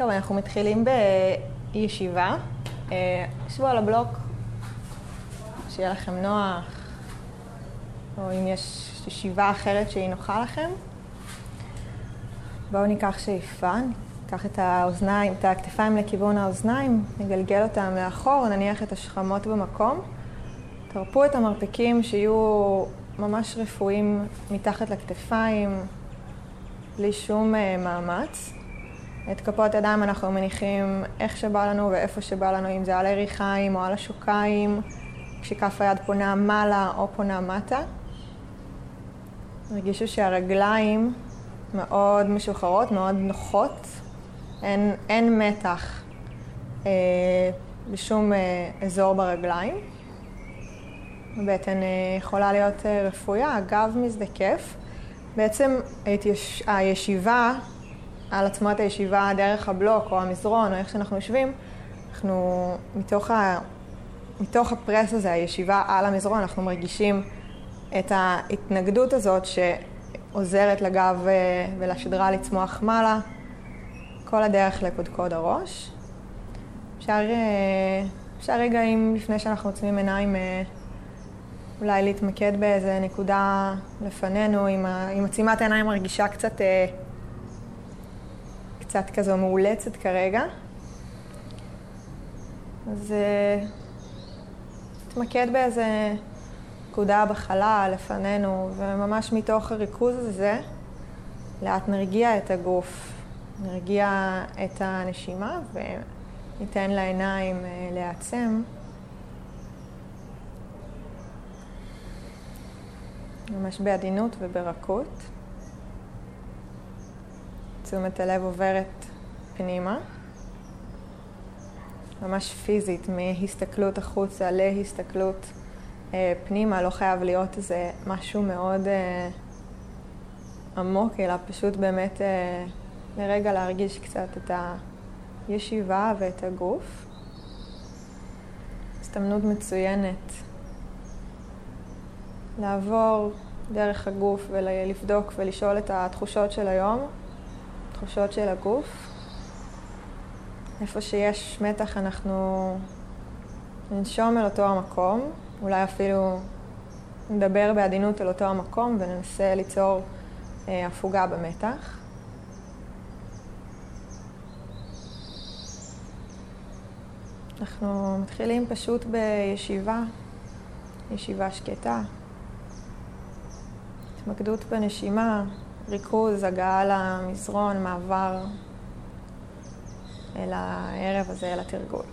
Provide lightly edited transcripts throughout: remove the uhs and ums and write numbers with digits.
טוב, אנחנו מתחילים בישיבה. שבו על הבלוק, שיהיה לכם נוח, או אם יש ישיבה אחרת שהיא נוחה לכם. בואו ניקח שאיפה, ניקח את האוזניים, את הכתפיים לכיוון האוזניים, נגלגל אותם לאחור, נניח את השכמות במקום. תרפו את המרפקים שיהיו ממש רפואיים מתחת לכתפיים, בלי שום מאמץ. את כפות ידיים אנחנו מניחים איך שבא לנו ואיפה שבא לנו, אם זה על הירכיים או על השוקיים, כשכף היד פונה מעלה או פונה מטה. הרגישו שהרגליים מאוד משוחררות, מאוד נוחות, אין מתח בשום אזור ברגליים. הבטן יכולה להיות רפויה, הגב מזדקף. בעצם הישיבה, על עצמת הישיבה דרך הבלוק או המזרון או איך שאנחנו יושבים, אנחנו מתוך הפרס הזה, הישיבה על המזרון, אנחנו מרגישים את ההתנגדות הזאת שעוזרת לגב ולשדרה לצמוח מעלה, כל הדרך לקודקוד הראש. אפשר רגעים לפני שאנחנו עוצמים עיניים אולי להתמקד באיזה נקודה לפנינו, עם עצימת העיניים מרגישה קצת כזו מאולצת כרגע. אז תתמקד באיזה נקודה בחלל לפנינו, וממש מתוך הריכוז הזה, לאט נרגיע את הגוף, נרגיע את הנשימה, וניתן לעיניים להעצם. ממש בעדינות וברכות. תשומת הלב עוברת פנימה. ממש פיזית, מהסתכלות החוצה להסתכלות פנימה. לא חייב להיות איזה משהו מאוד עמוק, אלא פשוט באמת לרגע להרגיש קצת את הישיבה ואת הגוף. הזדמנות מצוינת לעבור דרך הגוף ולבדוק ולשאול את התחושות של היום, תחושות של הגוף. איפה שיש מתח אנחנו ננשום אל אותו המקום, אולי אפילו נדבר בעדינות על אותו המקום וננסה ליצור הפוגה במתח. אנחנו מתחילים פשוט ישיבה שקטה. התמקדות בנשימה, ריכוז, הגעה למזרון, מעבר אל הערב הזה, אל התרגול.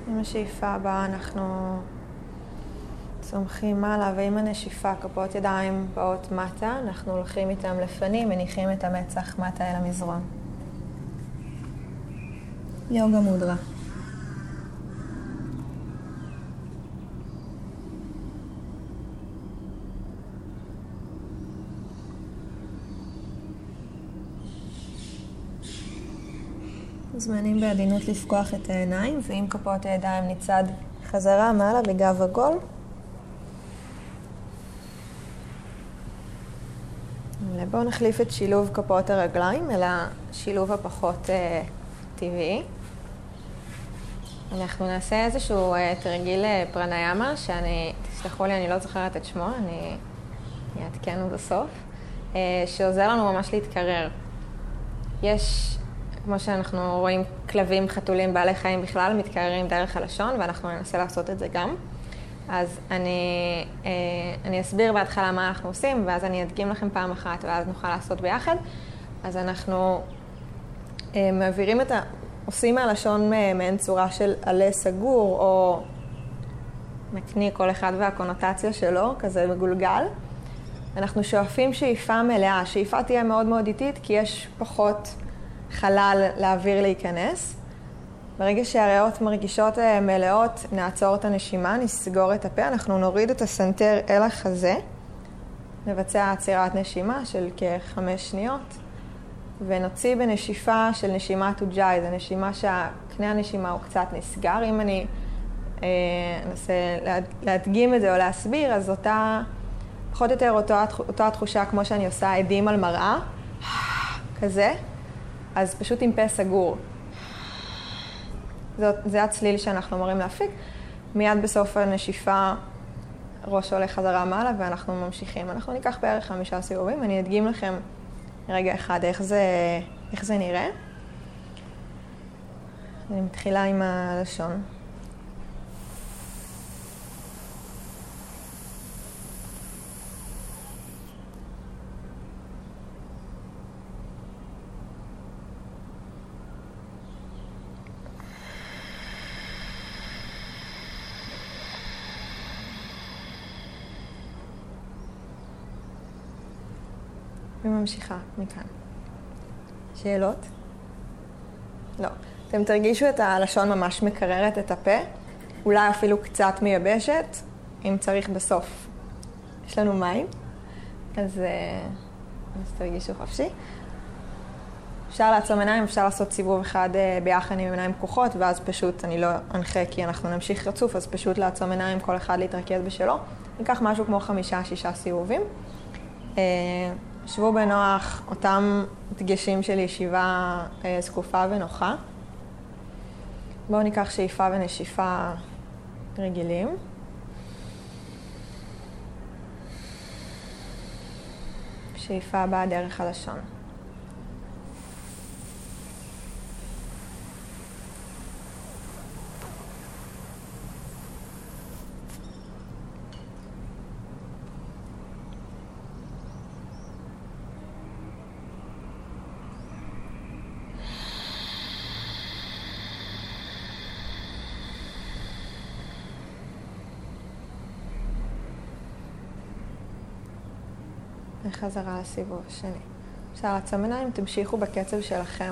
עם השאיפה הבאה אנחנו צומחים מעלה, ועם הנשיפה כפות ידיים באות מטה, אנחנו הולכים איתם לפנים, מניחים את המצח מטה אל המזרון. יוגה מודרה. מוזמנים בעדינות לפקוח את העיניים, ועם כפות הידיים נצעד חזרה מעלה בגב עגול. בואו נחליף את שילוב כפות הרגליים אל השילוב הפחות טבעי. אנחנו נעשה איזשהו תרגיל פרניאמה, תסלחו לי, אני לא זוכרת את שמו, אני אעדכן בסוף, שעוזר לנו ממש להתקרר. יש, כמו שאנחנו רואים, כלבים, חתולים, בעלי חיים בכלל, מתקררים דרך הלשון, ואנחנו ננסה לעשות את זה גם. אז אני אסביר בהתחלה מה אנחנו עושים, ואז אני אדגים לכם פעם אחת, ואז נוכל לעשות ביחד. אז אנחנו מעבירים עושים מהלשון מעין צורה של עלה סגור, או מקני, כל אחד והקונוטציה שלו, כזה מגולגל. אנחנו שואפים שאיפה מלאה. שאיפה תהיה מאוד מאוד איטית, כי יש פחות חלל לאוויר להיכנס. ברגע שהריאות מרגישות מלאות, נעצור את הנשימה, נסגור את הפה, אנחנו נוריד את הסנטר אל החזה, נבצע עצירת נשימה של כ5 שניות, ונוציא בנשיפה של נשימת אוג'אי, זו נשימה שהקנה הנשימה הוא קצת נסגר. אם אני אנסה להדגים את זה או להסביר, אז פחות או יותר אותה התחושה כמו שאני עושה עדים על מראה, כזה, אז פשוט עם פה סגור. זה הצליל שאנחנו אמורים להפיק. מיד בסוף הנשיפה ראש עולה חזרה מעלה ואנחנו ממשיכים. אנחנו ניקח בערך 5 סיבובים. אני אדגים לכם רגע אחד איך זה נראה. אני מתחילה עם הלשון. וממשיכה מכאן. שאלות? לא. אתם תרגישו את הלשון ממש מקררת את הפה, אולי אפילו קצת מייבשת, אם צריך בסוף. יש לנו מים, אז תרגישו חופשי. אפשר לעצום עיניים, אפשר לעשות סיבוב אחד ביחד עם עיניים פקוחות, ואז פשוט, אני לא אנחה כי אנחנו נמשיך רצוף, אז פשוט לעצום עיניים, כל אחד להתרכז בשלו. ניקח משהו כמו 5-6 סיבובים. שבו בנוח, אותם דגשים של ישיבה זקופה ונוחה. בואו ניקח שאיפה ונשיפה רגילים. שאיפה הבאה דרך הלשון. וחזרה לסיבוב השני. אפשר לעצום עיניים, תמשיכו בקצב שלכם.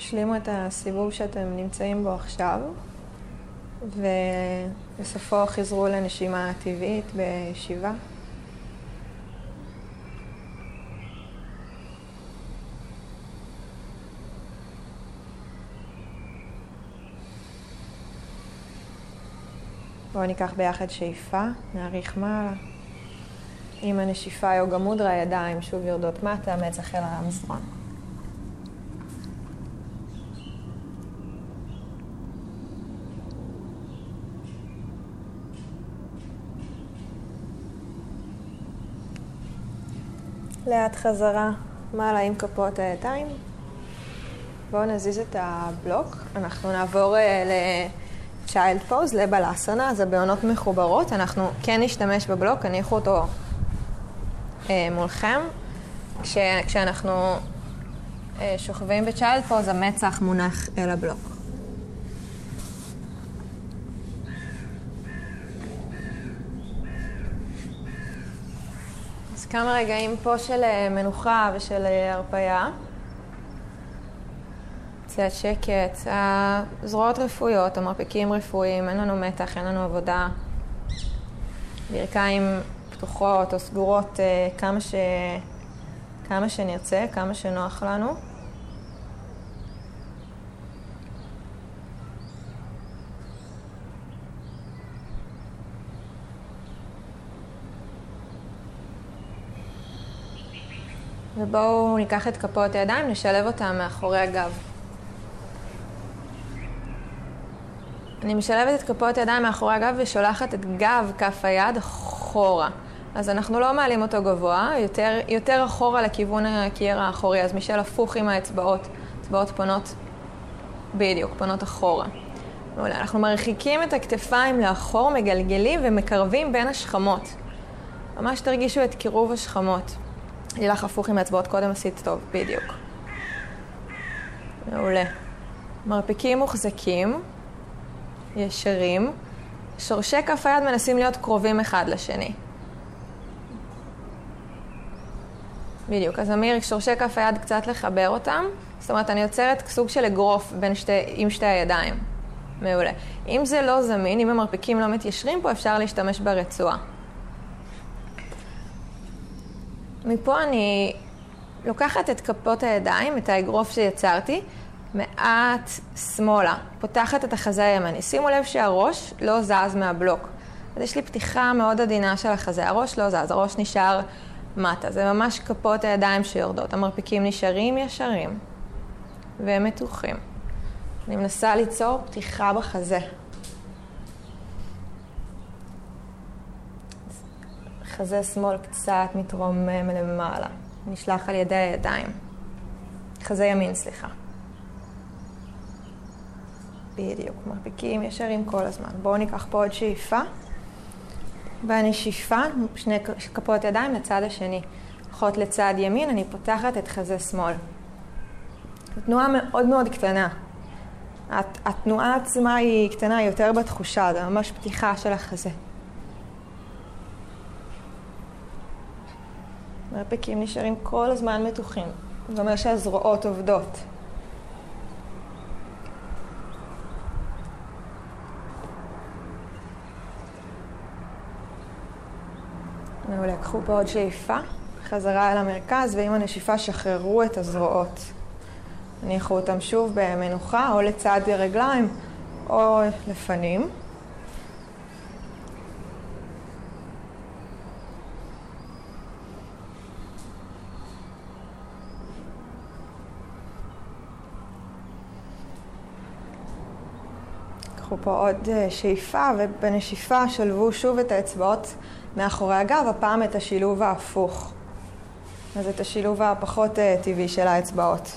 תשלימו את הסיבוב שאתם נמצאים בו עכשיו, ובסופו חזרו לנשימה טבעית בישיבה. בואו ניקח ביחד שאיפה, נעריך מעלה. עם הנשיפה יוגה מודרה, הידיים שוב יורדות מטה, מצח אל המזרון. לאט חזרה מעלה עם כפות הידיים. בואו נזיז את הבלוק. אנחנו נעבור ל-Child Pose, לבלאסנה, זה בעונות מחוברות. אנחנו כן נשתמש בבלוק, הניחו אותו מולכם. כשאנחנו שוכבים ב-Child Pose, המצח מונח אל הבלוק. אז כמה רגעים פה של מנוחה ושל הרפאיה. קצת שקט, הזרועות רפואיות, המרפקים רפואיים, אין לנו מתח, אין לנו עבודה. ברכיים פתוחות או סגורות כמה שנרצה, כמה שנוח לנו. ובואו ניקח את כפות הידיים, נשלב אותם מאחורי הגב. אני משלבת את כפות הידיים מאחורי הגב ושולחת את גב כף היד אחורה. אז אנחנו לא מעלים אותו גבוה, יותר אחורה לכיוון הקיר האחורי. אז משל הפוך עם האצבעות, אצבעות פונות בדיוק, פונות אחורה. מעולה. אנחנו מרחיקים את הכתפיים לאחור, מגלגלים ומקרבים בין השכמות. ממש תרגישו את קירוב השכמות. לילך הפוך עם האצבעות, קודם עשית טוב, בדיוק. מעולה. מרפקים מוחזקים, ישרים. שורשי כף היד מנסים להיות קרובים אחד לשני. בדיוק, אז אמיר, שורשי כף היד קצת לחבר אותם. זאת אומרת, אני יוצרת סוג של אגרוף עם שתי הידיים. מעולה. אם זה לא זמין, אם המרפקים לא מתיישרים פה, אפשר להשתמש ברצועה. מפה אני לוקחת את כפות הידיים, את האגרוף שיצרתי, מעט שמאלה. פותחת את החזה הימני. שימו לב שהראש לא זז מהבלוק. אז יש לי פתיחה מאוד עדינה של החזה. הראש לא זז, הראש נשאר מטה. זה ממש כפות הידיים שיורדות. המרפקים נשארים ישרים והם מתוחים. אני מנסה ליצור פתיחה בחזה. חזה שמאל קצת מתרומם למעלה. נשלח על ידי הידיים. חזה ימין, סליחה. בדיוק, מרפקים ישרים כל הזמן. בואו ניקח פה עוד שאיפה. בנשיפה, שני כפות ידיים לצד השני. הולכות לצד ימין, אני פותחת את חזה שמאל. התנועה מאוד מאוד קטנה. התנועה עצמה היא קטנה, היא יותר בתחושה, זה ממש פתיחה של החזה. מרפקים נשארים כל הזמן מתוחים. זה אומר שהזרועות עובדות. מעולה, קחו פה עוד שאיפה, חזרה אל המרכז, ועם הנשיפה שחררו את הזרועות. הניחו אותם שוב במנוחה, או לצד רגליים, או לפנים. קחו פה עוד שאיפה, ובנשיפה שלבו שוב את האצבעות מאחורי הגב, הפעם את השילוב ההפוך. אז את השילוב הפחות טבעי של האצבעות.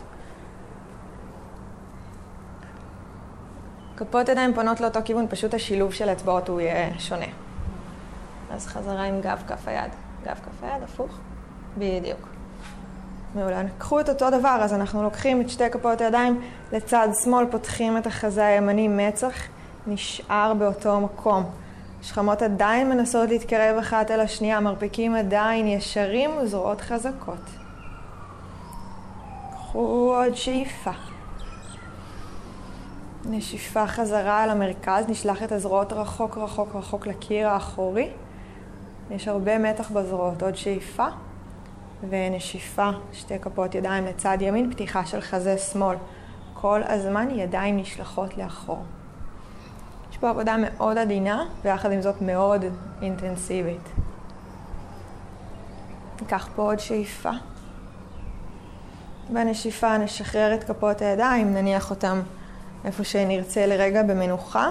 כפות ידיים פונות לאותו כיוון, פשוט השילוב של האצבעות הוא יהיה שונה. אז חזרה עם גב כף היד. גב כף היד, הפוך. בדיוק. מעולה. קחו את אותו דבר, אז אנחנו לוקחים את שתי כפות הידיים לצד שמאל, פותחים את החזה הימני, מצח נשאר באותו מקום. שכמות עדיין מנסות להתקרב אחת אל השנייה, מרפקים עדיין ישרים וזרועות חזקות. קחו עוד שאיפה. נשיפה חזרה אל המרכז, נשלח את הזרועות רחוק רחוק רחוק לקיר האחורי. יש הרבה מתח בזרועות, עוד שאיפה ונשיפה, שתי כפות ידיים לצד ימין, פתיחה של חזה שמאל. כל הזמן ידיים נשלחות לאחור. יש פה עבודה מאוד עדינה, ויחד עם זאת מאוד אינטנסיבית. ניקח פה עוד שאיפה. בנשיפה נשחרר את כפות הידיים, נניח אותם איפה שנרצה לרגע במנוחה.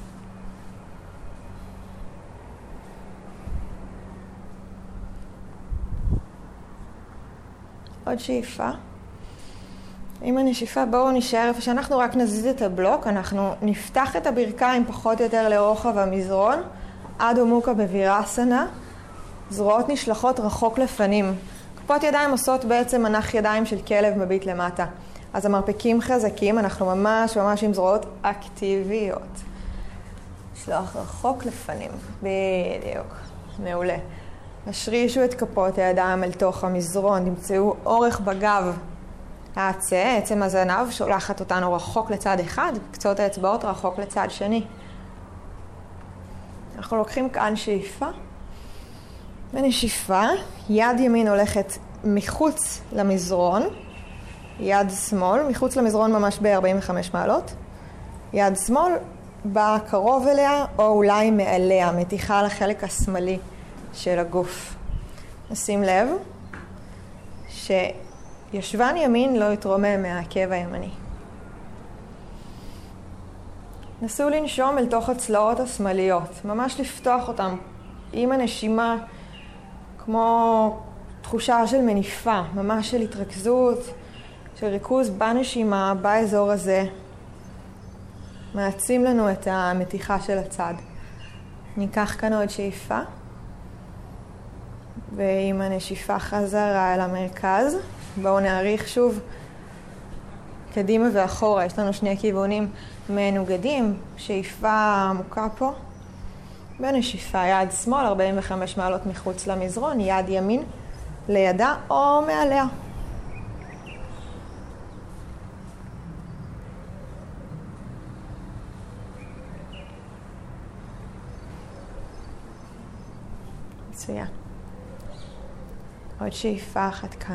עוד שאיפה. עם הנשיפה בואו נשאר איפה שאנחנו רק נזיז את הבלוק, אנחנו נפתח את הברכיים פחות או יותר לרוחב המזרון, אדו מוקה בוויראסנה, זרועות נשלחות רחוק לפנים. כפות ידיים עושות בעצם מנח ידיים של כלב מביט למטה. אז המרפקים חזקים, אנחנו ממש עם זרועות אקטיביות. לשלוח רחוק לפנים, בדיוק, מעולה. נשרישו את כפות הידיים אל תוך המזרון, תמצאו אורך בגב. העצה, עצם הזנב, שולחת אותנו רחוק לצד אחד, קצות האצבעות רחוק לצד שני. אנחנו לוקחים כאן שאיפה. בנשיפה, יד ימין הולכת מחוץ למזרון, יד שמאל, מחוץ למזרון ממש ב-45 מעלות. יד שמאל באה קרוב אליה או אולי מעליה, מתיחה לחלק השמאלי של הגוף. נשים לב שישבן ימין לא יתרומם מהעקב הימני. נסו לנשום אל תוך הצלעות השמאליות, ממש לפתוח אותם עם הנשימה, כמו תחושה של מניפה, ממש של התרכזות, של ריכוז בנשימה, באזור הזה. מעצים לנו את המתיחה של הצד. ניקח כאן עוד שאיפה. ועם הנשיפה חזרה אל המרכז. בואו נעריך שוב קדימה ואחורה. יש לנו שני כיוונים מנוגדים. שאיפה עמוקה פה. בנשיפה יד שמאל, 45 מעלות מחוץ למזרון. יד ימין לידה או מעליה. מצוין. עוד שאיפה אחת כאן.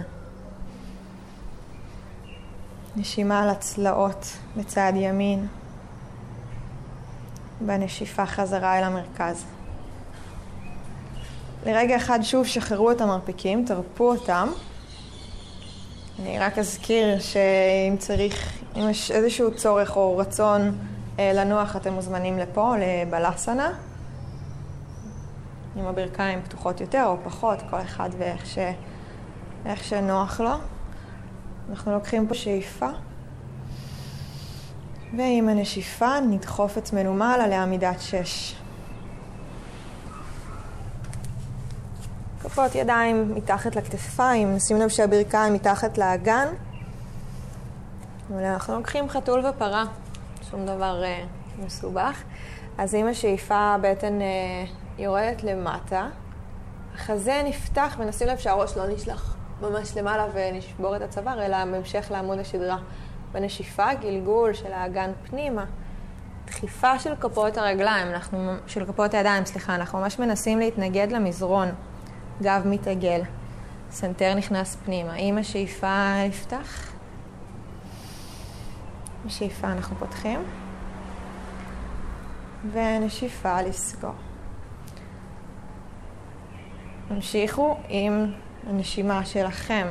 נשימה על הצלעות בצד ימין. בנשיפה חזרה אל המרכז. לרגע אחד שוב שחררו את המרפקים, תרפו אותם. אני רק אזכיר שאם צריך, אם יש איזשהו צורך או רצון לנוח, אתם מוזמנים לפה, לבלסנה. עם הברכיים פתוחות יותר או פחות, כל אחד ואיך שנוח לו. אנחנו לוקחים פה שאיפה. ועם הנשיפה נדחוף עצמנו מעלה לעמידת 6. כפות ידיים מתחת לכתפיים, נשים לב שהברכיים מתחת לאגן. אנחנו לוקחים חתול ופרה, שום דבר מסובך. אז עם השאיפה הבטן יורדת למטה, החזה נפתח ונשים לב שהראש לא נשלח ממש למעלה ונשבור את הצוואר, אלא בהמשך לעמוד השדרה. בנשיפה, גלגול של האגן פנימה, דחיפה של כפות הרגליים, של כפות הידיים, אנחנו ממש מנסים להתנגד למזרון, גב מתעגל, סנטר נכנס פנימה. עם השאיפה נפתח, בשאיפה אנחנו פותחים, ונשיפה לסגור. המשיכו עם הנשימה שלכם.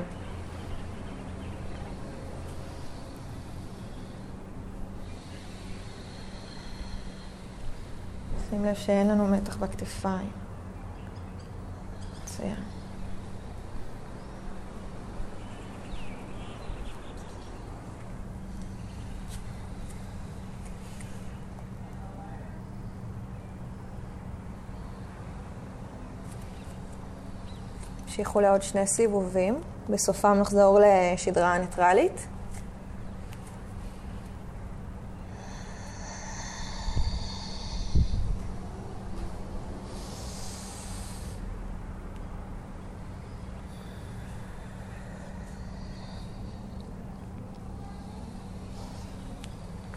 שים לב שאין לנו מתח בכתפיים. מצוין. המשיכו לעוד 2 סיבובים. בסופם נחזור לשדרה ניטרלית.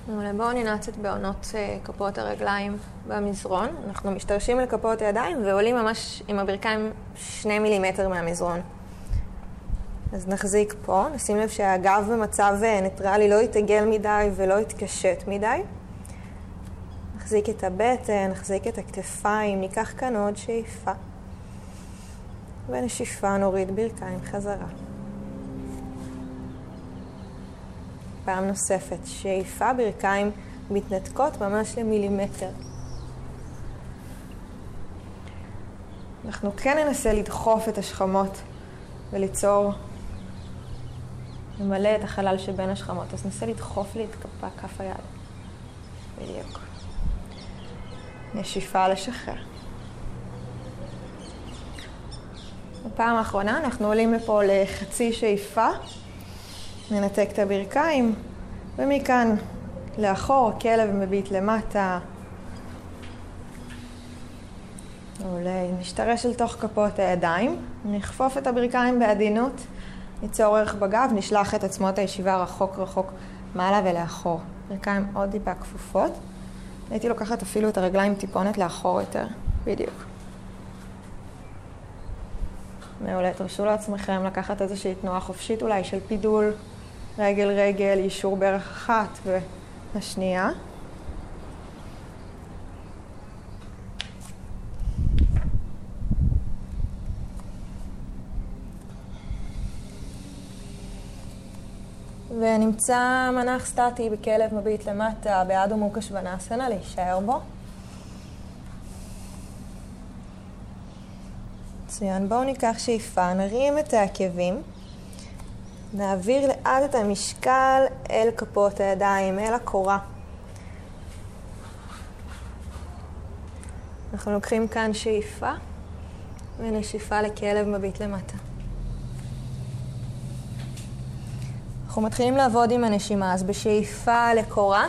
בואו ננעץ את בעונות כפות הרגליים במזרון. אנחנו משתרשים לכפות הידיים ועולים ממש עם הברכיים 2 מילימטר מהמזרון. אז נחזיק פה, נשים לב שהגב במצב ניטרלי לא יתעגל מדי ולא יתקשט מדי. נחזיק את הבטן, נחזיק את הכתפיים, ניקח כאן עוד שאיפה. ונשיפה נוריד ברכיים חזרה. פעם נוספת, שאיפה, ברכיים מתנתקות ממש למילימטר. אנחנו כן ננסה לדחוף את השכמות וליצור, למלא את החלל שבין השכמות. אז ננסה לדחוף לי את כף היד. בדיוק. נשיפה לשחרר. בפעם האחרונה אנחנו עולים מפה לחצי שאיפה. ננתק את הברכיים, ומכאן לאחור, כלב מביט למטה. אולי נשתרש אל תוך כפות הידיים, נחפוף את הברכיים בעדינות, ניצור ערך בגב, נשלח את עצמות הישיבה רחוק רחוק מעלה ולאחור. ברכיים עוד טיפה כפופות. הייתי לוקחת אפילו את הרגליים טיפונת לאחור יותר, בדיוק. מעולה, תרשו לעצמכם לקחת איזושהי תנועה חופשית אולי של פידול, רגל רגל, יישור ברך אחת והשנייה. ונמצא מנח סטטי בכלב מביט למטה, באדו מוקה שוונאסנה, להישאר בו. מצוין, בואו ניקח שאיפה, נרים את העקבים, נעביר לאט את המשקל אל כפות הידיים, אל הקורה. אנחנו לוקחים כאן שאיפה ונשיפה לכלב מביט למטה. אנחנו מתחילים לעבוד עם הנשימה, אז בשאיפה לקורה,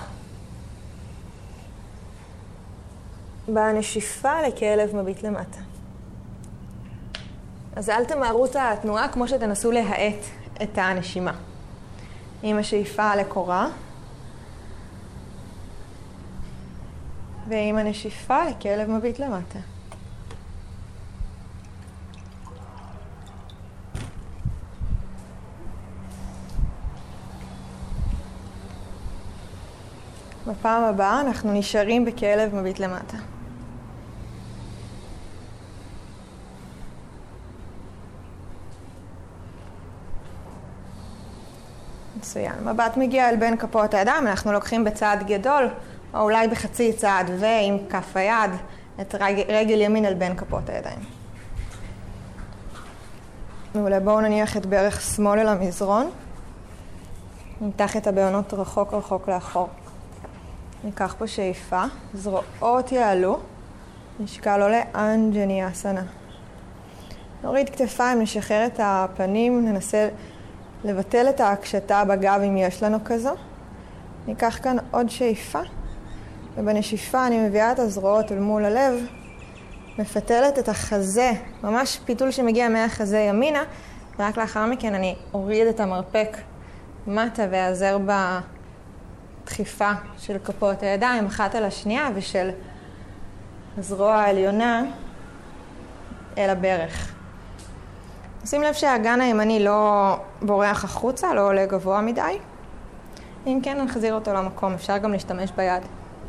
בנשיפה לכלב מביט למטה. אז אל תמהרו את התנועה כמו שתנסו להאט את הנשימה. עם השאיפה לקורה, ועם הנשיפה לכלב מביט למטה. בפעם הבאה אנחנו נשארים בכלב מביט למטה. מצוין. מבט מגיע אל בין כפות הידיים, אנחנו לוקחים בצעד גדול, או אולי בחצי צעד, ועם כף היד, את רגל ימין אל בין כפות הידיים. ואולי בואו נניח את ברך שמאל אל המזרון. נמתח את הבעונות רחוק רחוק לאחור. ניקח פה שאיפה, זרועות יעלו, נשקל עולה אנג'ניאסנה. נוריד כתפיים, נשחרר את הפנים, ננסה לבטל את ההקשתה בגב אם יש לנו כזו. ניקח כאן עוד שאיפה, ובנשיפה אני מביאה את הזרועות אל מול הלב, מפתלת את החזה, ממש פיתול שמגיע מהחזה ימינה, ורק לאחר מכן אני אוריד את המרפק מטה ועזר בדחיפה של כפות הידיים אחת על השנייה ושל הזרוע העליונה אל הברך. שים לב שהאגן הימני לא בורח החוצה, לא עולה גבוה מדי. אם כן, נחזיר אותו למקום. אפשר גם להשתמש ביד.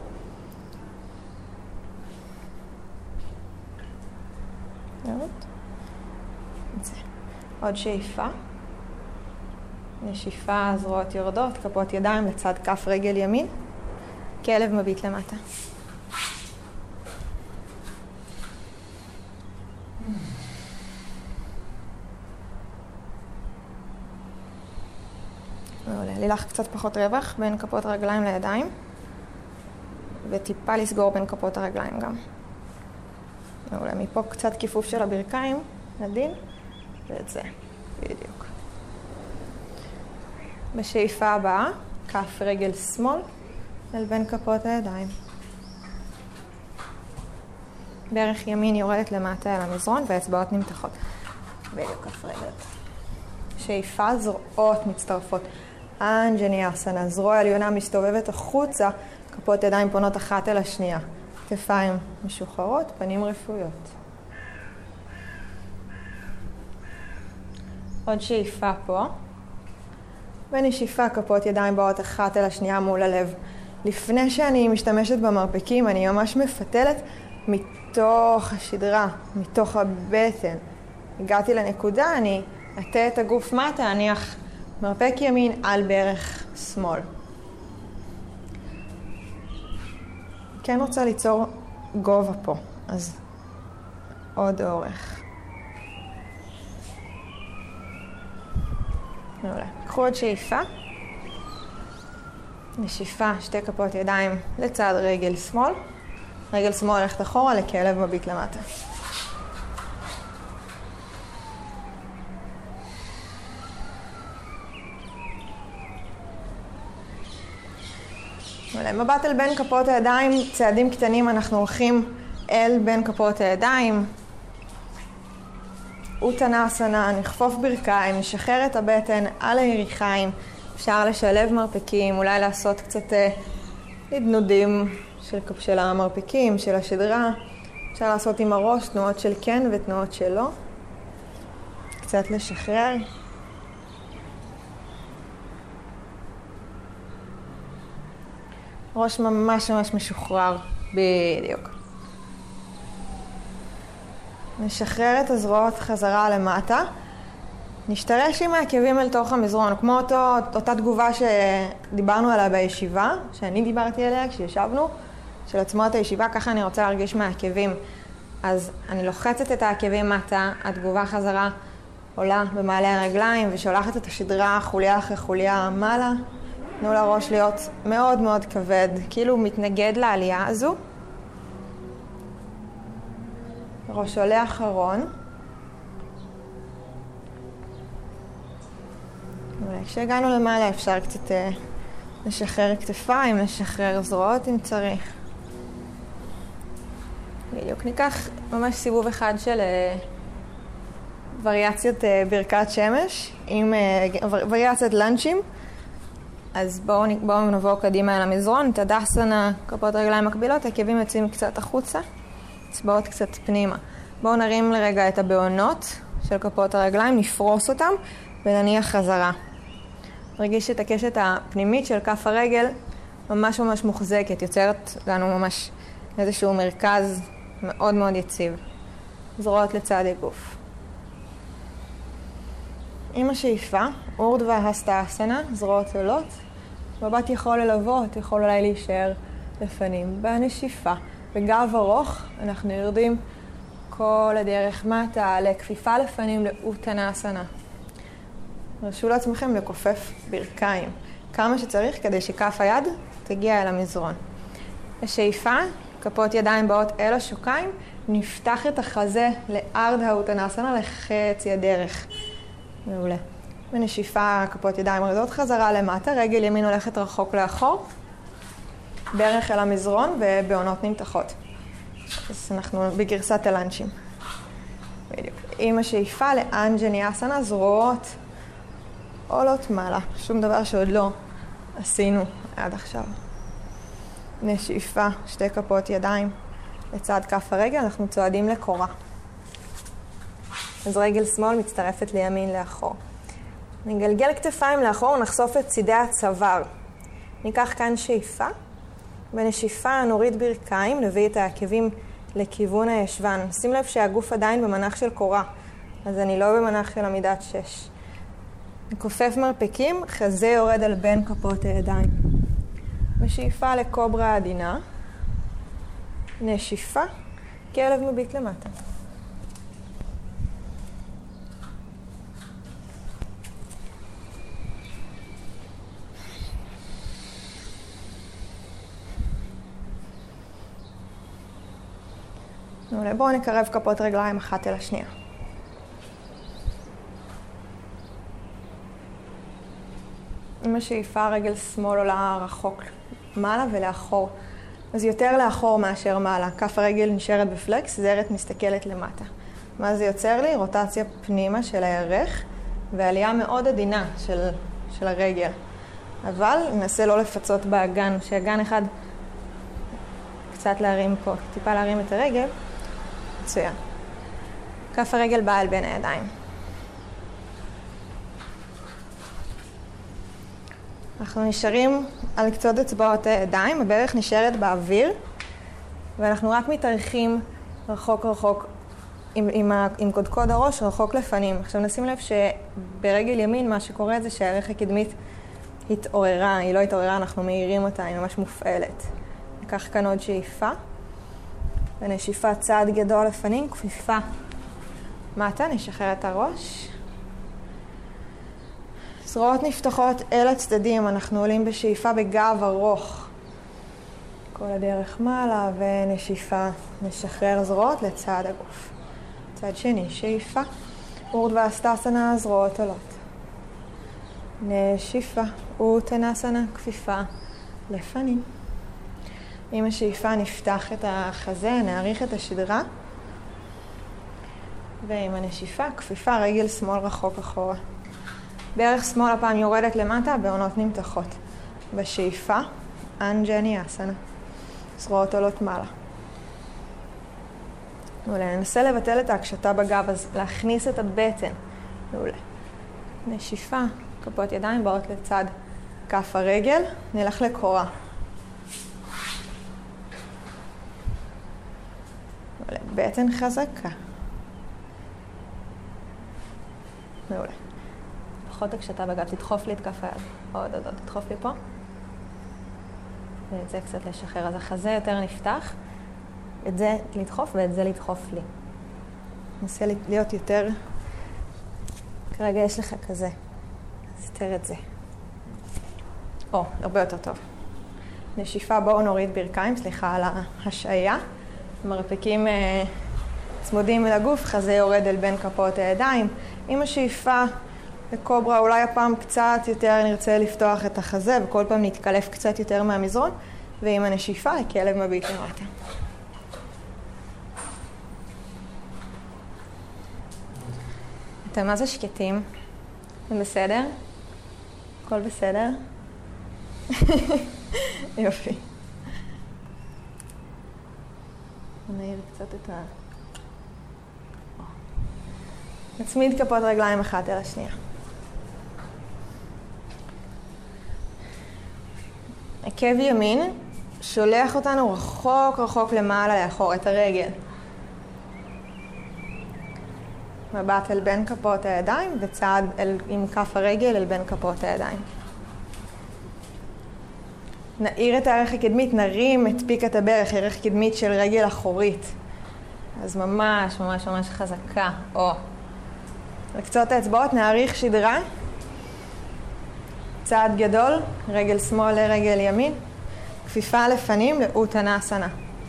עוד שאיפה. נשיפה, זרועות יורדות, כפות ידיים לצד כף רגל ימין. כלב מביט למטה. לילך קצת פחות רווח בין כפות הרגליים לידיים, וטיפה לסגור בין כפות הרגליים גם. מעולה, מפה קצת כיפוף של הברכיים, עדין, ואת זה, בדיוק. בשאיפה הבאה, כף רגל שמאל, אל בין כפות הידיים. ברך ימין יורדת למטה אל המזרון, והאצבעות נמתחות. בדיוק, כף רגל. שאיפה, זרועות מצטרפות. אנג'ניאסנה, זרוע עליונה מסתובבת החוצה, כפות ידיים פונות אחת אל השנייה. כתפיים משוחררות, פנים רפויות. עוד שאיפה פה. ונשיפה, כפות ידיים באות אחת אל השנייה מול הלב. לפני שאני משתמשת במרפקים, אני ממש מפתלת מתוך השדרה, מתוך הבטן. הגעתי לנקודה, אני אטה את הגוף מטה, אניח מרפק ימין על ברך שמאל. כן רוצה ליצור גובה פה, אז עוד אורך. מעולה. קחו עוד שאיפה. נשיפה, שתי כפות ידיים לצד רגל שמאל. רגל שמאל הולכת אחורה לכלב מביט למטה. מבט אל בין כפות הידיים, צעדים קטנים, אנחנו הולכים אל בין כפות הידיים. אוטנאסנה, נחפוף ברכיים, נשחרר את הבטן על היריחיים. אפשר לשלב מרפקים, אולי לעשות קצת נדנודים של המרפקים, של השדרה. אפשר לעשות עם הראש תנועות של כן ותנועות של לא. קצת לשחרר. ראש ממש ממש משוחרר. בדיוק. נשחרר את הזרועות חזרה למטה. נשתרש עם העקבים אל תוך המזרון, כמו אותה תגובה שדיברנו עליה בישיבה, שאני דיברתי עליה כשישבנו, של עצמות הישיבה, ככה אני רוצה להרגיש מהעקבים. אז אני לוחצת את העקבים מטה, התגובה חזרה עולה במעלה הרגליים ושולחת את השדרה חוליה אחרי חוליה מעלה. תנו לראש להיות מאוד מאוד כבד, כאילו מתנגד לעלייה הזו. ראש עולה אחרון. כשהגענו למעלה אפשר קצת לשחרר כתפיים, לשחרר זרועות אם צריך. בדיוק, ניקח ממש סיבוב אחד של וריאציות ברכת שמש, עם וריאציית לנצ'ים. אז בואו נבוא קדימה אל המזרון, תדאסנה, כפות רגליים מקבילות, עקבים יוצאים קצת החוצה, אצבעות קצת פנימה. בואו נרים לרגע את הבעונות של כפות הרגליים, נפרוס אותם ונניח חזרה. נרגיש את הקשת הפנימית של כף הרגל ממש ממש מוחזקת, יוצרת לנו ממש איזשהו מרכז מאוד מאוד יציב. זרועות לצד הגוף. עם השאיפה, אורדווה הסטאסנה, זרועות עולות. מבט יכול ללוות, יכול אולי להישאר לפנים. בנשיפה, בגב ארוך, אנחנו יורדים כל הדרך מטה, לכפיפה לפנים, לאוטנאסנה. רשו לעצמכם לכופף ברכיים, כמה שצריך כדי שכף היד תגיע אל המזרון. השאיפה, כפות ידיים באות אל השוקיים, נפתח את החזה לארדה אוטנאסנה לחצי הדרך. מעולה. בנשיפה, כפות ידיים רדות חזרה למטה, רגל ימין הולכת רחוק לאחור, ברך אל המזרון ובעונות נמתחות. אז אנחנו בגרסת הלנצ'ים. בדיוק. עם השאיפה לאנג'ניאסנה, זרועות עולות מעלה, שום דבר שעוד לא עשינו עד עכשיו. נשיפה, שתי כפות ידיים לצד כף הרגל, אנחנו צועדים לקורה. אז רגל שמאל מצטרפת לימין לאחור. נגלגל כתפיים לאחור, נחשוף את צידי הצוואר. ניקח כאן שאיפה, בנשיפה נוריד ברכיים, נביא את העקבים לכיוון הישבן. שים לב שהגוף עדיין במנח של קורה, אז אני לא במנח של עמידת 6. נכופף מרפקים, חזה יורד על בין כפות הידיים. בשאיפה לקוברה עדינה, נשיפה, כלב מביט למטה. בואו נקרב כפות רגליים אחת אל השנייה. עם השאיפה רגל שמאל עולה רחוק מעלה ולאחור. אז יותר לאחור מאשר מעלה. כף הרגל נשארת בפלקס, זרת מסתכלת למטה. מה זה יוצר לי? רוטציה פנימה של הירך ועלייה מאוד עדינה של הרגל. אבל ננסה לא לפצות באגן, שאגן אחד קצת להרים פה, טיפה להרים את הרגל. מצוין. כף הרגל באה אל בין הידיים. אנחנו נשארים על קצות אצבעות הידיים, הברך נשארת באוויר, ואנחנו רק מתארחים רחוק רחוק עם קודקוד הראש רחוק לפנים. עכשיו נשים לב שברגל ימין מה שקורה זה שהערך הקדמית התעוררה, היא לא התעוררה, אנחנו מאירים אותה, היא ממש מופעלת. ניקח כאן עוד שאיפה, ונשיפה צעד גדול לפנים, כפיפה מטה, נשחרר את הראש. זרועות נפתחות אל הצדדים, אנחנו עולים בשאיפה בגב ארוך. כל הדרך מעלה ונשיפה, נשחרר זרועות לצד הגוף. צד שני, שאיפה, אורדווה-אסטסנה, זרועות עולות. נשיפה, אוטנסנה, כפיפה לפנים. עם השאיפה נפתח את החזה, נאריך את השדרה. ועם הנשיפה, כפיפה רגל שמאל רחוק אחורה. ברך שמאל הפעם יורדת למטה, בעונות נמתחות. בשאיפה, אנג'ני אסנה. זרועות עולות מעלה. מעולה, ננסה לבטל את ההקשתה בגב, אז להכניס את הבטן. מעולה. נשיפה, כפות ידיים באות לצד כף הרגל, נלך לקורה. מעולה, בטן חזקה. מעולה. פחות הקשתה בגב, תדחוף לי את כף היד. עוד, תדחוף לי פה. ואת זה קצת לשחרר. אז החזה יותר נפתח. את זה לדחוף ואת זה לדחוף לי. ננסה להיות יותר... כרגע יש לך כזה. אז יותר את זה. הרבה יותר טוב. נשיפה, בואו נוריד ברכיים, סליחה על ההשעיה. מרפקים צמודים לגוף, חזה יורד אל בין כפות הידיים. עם השאיפה לקוברה, אולי הפעם קצת יותר נרצה לפתוח את החזה, וכל פעם נתקלף קצת יותר מהמזרון, ועם הנשיפה, הכלב מביט למטה. אתם מה זה שקטים? זה בסדר? הכל בסדר? יופי. נעיר קצת את ה... נצמיד כפות רגליים אחת אל השנייה. עקב ימין שולח אותנו רחוק רחוק למעלה לאחור את הרגל. מבט אל בין כפות הידיים וצעד עם כף הרגל אל בין כפות הידיים. נעיר את הערך הקדמית, נרים את פיקת הברך, ערך קדמית של רגל אחורית. אז ממש ממש ממש חזקה. לקצות האצבעות נאריך שדרה. צעד גדול, רגל שמאל לרגל ימין. כפיפה לפנים לאוטנסנה.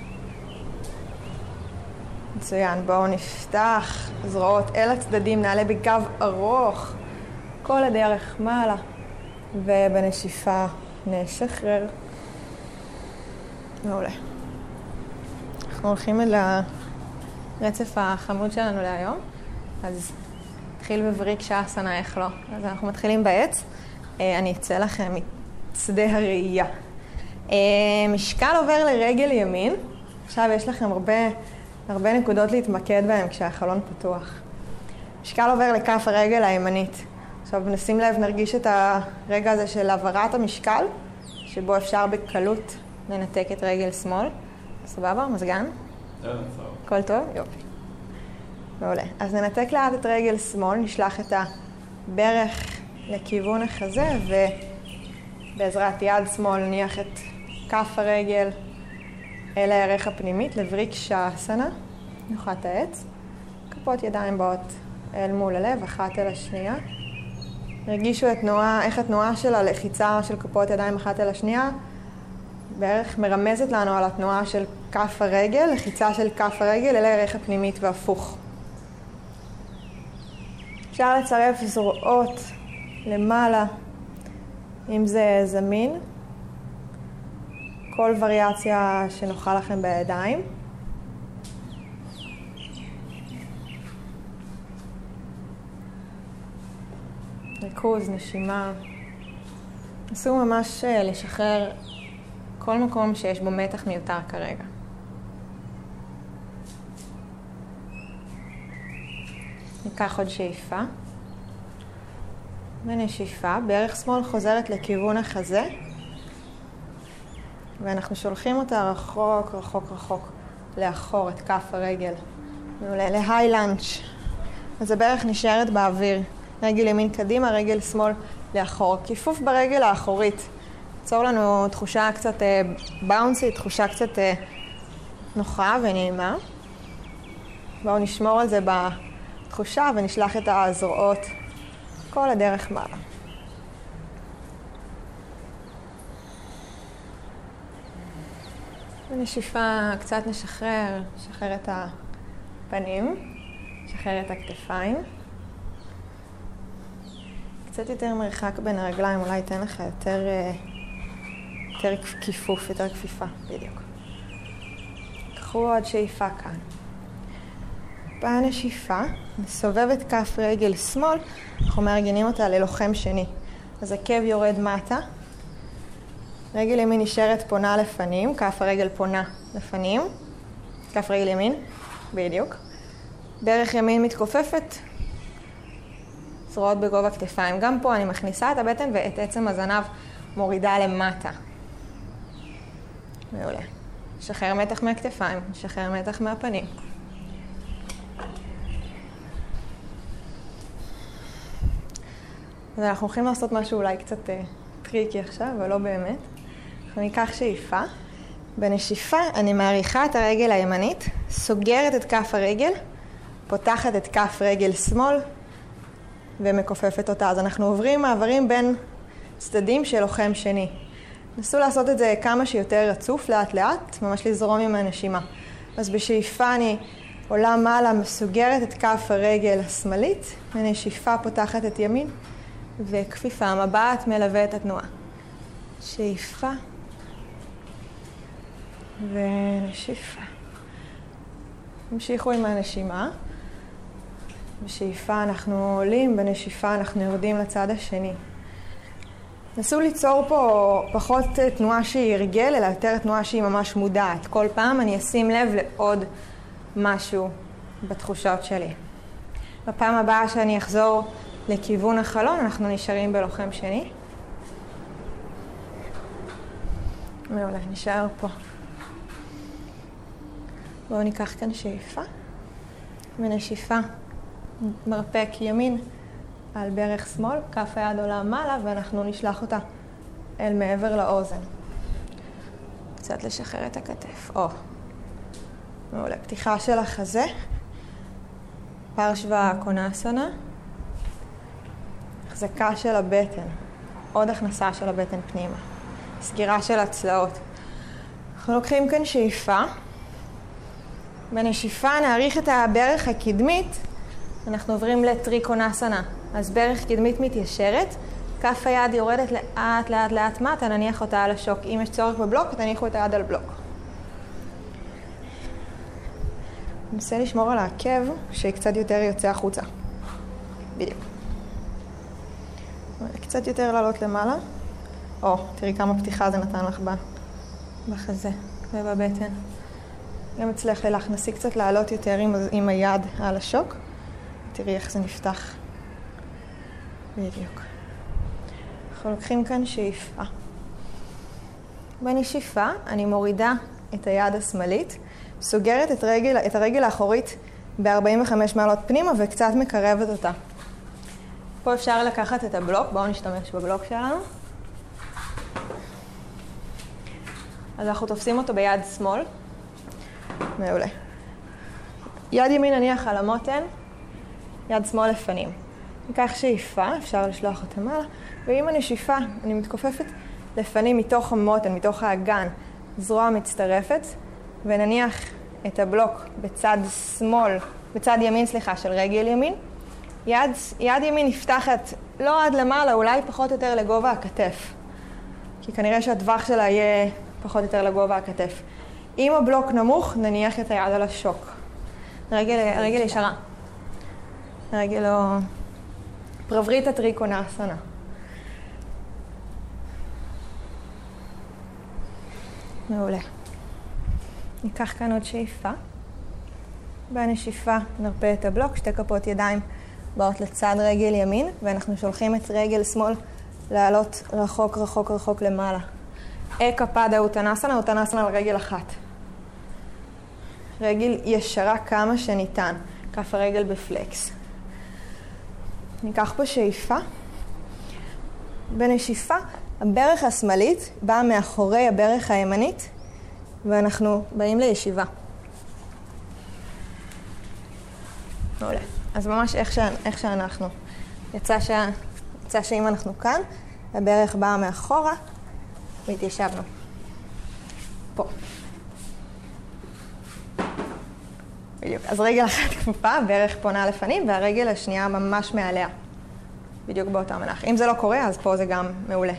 מצוין, בואו נפתח זרועות אל הצדדים, נעלה בגב ארוך. כל הדרך מעלה. ובנשיפה נשחרר. מעולה. אנחנו הולכים אל הרצף החמוד שלנו להיום. אז נתחיל בבריקשה-אסנה, איך לא. אז אנחנו מתחילים בעץ. אני אצא לכם מצדה הראייה. משקל עובר לרגל ימין. עכשיו יש לכם הרבה נקודות להתמקד בהם כשהחלון פתוח. משקל עובר לכף הרגל הימנית. עכשיו נשים לב, נרגיש את הרגע הזה של העברת המשקל, שבו אפשר בקלות לנתק את רגל שמאל. סבבה? מזגן? הכל טוב? יופי. מעולה. אז ננתק לאט את רגל שמאל, נשלח את הברך לכיוון החזה, ובעזרת יד שמאל נניח את כף הרגל אל הערך הפנימית, לבריקשה-אסנה, נוחת העץ. כפות ידיים באות אל מול הלב, אחת אל השנייה. הרגישו איך התנועה של הלחיצה של כפות ידיים אחת אל השנייה, בערך מרמזת לנו על התנועה של כף הרגל, לחיצה של כף הרגל אל הערך הפנימית והפוך. אפשר לצרף זרועות למעלה, אם זה זמין, כל וריאציה שנוחה לכם בידיים. ריכוז, נשימה, נסו ממש לשחרר כל מקום שיש בו מתח מיותר כרגע. ניקח עוד שאיפה. ונשיפה, ברך שמאל חוזרת לכיוון החזה. ואנחנו שולחים אותה רחוק, רחוק, רחוק, לאחור את כף הרגל. מעולה, להיי לנץ'. אז הברך נשארת באוויר. רגל ימין קדימה, רגל שמאל לאחור. כיפוף ברגל האחורית. יצור לנו תחושה קצת באונסית, תחושה קצת נוחה ונעימה. בואו נשמור על זה בתחושה ונשלח את הזרועות כל הדרך מעלה. בנשיפה קצת נשחרר, נשחרר את הפנים, נשחרר את הכתפיים. קצת יותר מרחק בין הרגליים, אולי ייתן לך יותר כיפוף, יותר כפיפה, בדיוק. קחו עוד שאיפה כאן. בנשיפה, נסובב את כף רגל שמאל, אנחנו מארגנים אותה ללוחם שני. אז עקב יורד מטה, רגל ימין נשארת פונה לפנים, כף הרגל פונה לפנים, כף רגל ימין, בדיוק. דרך ימין מתכופפת, זרועות בגובה כתפיים. גם פה אני מכניסה את הבטן ואת עצם הזנב מורידה למטה. מעולה. נשחרר מתח מהכתפיים, נשחרר מתח מהפנים. אז אנחנו הולכים לעשות משהו אולי קצת טריקי עכשיו, אבל לא באמת. אנחנו ניקח שאיפה. בנשיפה אני מעריכה את הרגל הימנית, סוגרת את כף הרגל, פותחת את כף רגל שמאל ומכופפת אותה. אז אנחנו עוברים מעברים בין צדדים של לוחם שני. נסו לעשות את זה כמה שיותר רצוף, לאט לאט, ממש לזרום עם הנשימה. אז בשאיפה אני עולה מעלה, מסוגרת את כף הרגל השמאלית, בנשיפה פותחת את ימין, וכפיפה, המבט מלווה את התנועה. שאיפה ונשיפה. המשיכו עם הנשימה. בשאיפה אנחנו עולים, בנשיפה אנחנו יורדים לצד השני. נסו ליצור פה פחות תנועה שהיא הרגל, אלא יותר תנועה שהיא ממש מודעת. כל פעם אני אשים לב לעוד משהו בתחושות שלי. בפעם הבאה שאני אחזור לכיוון החלון, אנחנו נשארים בלוחם שני. מעולה, נשאר פה. בואו ניקח כאן שאיפה. ונשיפה, מרפק ימין על ברך שמאל, כף היד עולה מעלה, ואנחנו נשלח אותה אל מעבר לאוזן. קצת לשחרר את הכתף. מעולה, פתיחה של החזה. פרשווה קונאסנה. החזקה של הבטן. עוד הכנסה של הבטן פנימה. סגירה של הצלעות. אנחנו לוקחים כאן שאיפה. בנשיפה נעריך את הברך הקדמית. אנחנו עוברים לטריקונאסנה. אז ברך קדמית מתיישרת. כף היד יורדת לאט לאט לאט מטה, נניח אותה על השוק. אם יש צורך בבלוק, תניחו את היד על בלוק. ננסה לשמור על העקב, שקצת יותר יוצא החוצה. בדיוק. קצת יותר לעלות למעלה. תראי כמה פתיחה זה נתן לך בחזה ובבטן. גם אצלך לילך, נסי קצת לעלות יותר עם היד על השוק. תראי איך זה נפתח. בדיוק. אנחנו לוקחים כאן שאיפה. בנשיפה אני מורידה את היד השמאלית, סוגרת את הרגל האחורית ב-45 מעלות פנימה וקצת מקרבת אותה. פה אפשר לקחת את הבלוק, בואו נשתמש בבלוק שלנו. אז אנחנו תופסים אותו ביד שמאל. מעולה. יד ימין נניח על המותן, יד שמאל לפנים. ניקח שאיפה, אפשר לשלוח אותה מעלה, ועם הנשיפה אני מתכופפת לפנים מתוך המותן, מתוך האגן, זרוע מצטרפת, ונניח את הבלוק בצד ימין של רגל ימין. יד ימין נפתחת לא עד למעלה, אולי פחות או יותר לגובה הכתף. כי כנראה שהטווח שלה יהיה פחות או יותר לגובה הכתף. אם הבלוק נמוך, נניח את היד על השוק. הרגל ישרה. הרגל לא... פרברית הטריקונאסנה. מעולה. ניקח כאן עוד שאיפה. בנשיפה נרפה את הבלוק, שתי כפות ידיים באות לצד רגל ימין, ואנחנו שולחים את רגל שמאל לעלות רחוק רחוק רחוק למעלה. אקפדה אוטנסנה, אוטנסנה על רגל אחת. רגל ישרה כמה שניתן, כף הרגל בפלקס. ניקח פה שאיפה. בנשיפה, הברך השמאלית באה מאחורי הברך הימנית, ואנחנו באים לישיבה. מעולה. אז ממש איך שאנחנו. יצא שאם אנחנו כאן, הברך באה מאחורה, והתיישבנו. פה. בדיוק. אז רגל אחת כפופה, הברך פונה לפנים, והרגל השנייה ממש מעליה. בדיוק באותה מנח. אם זה לא קורה, אז פה זה גם מעולה.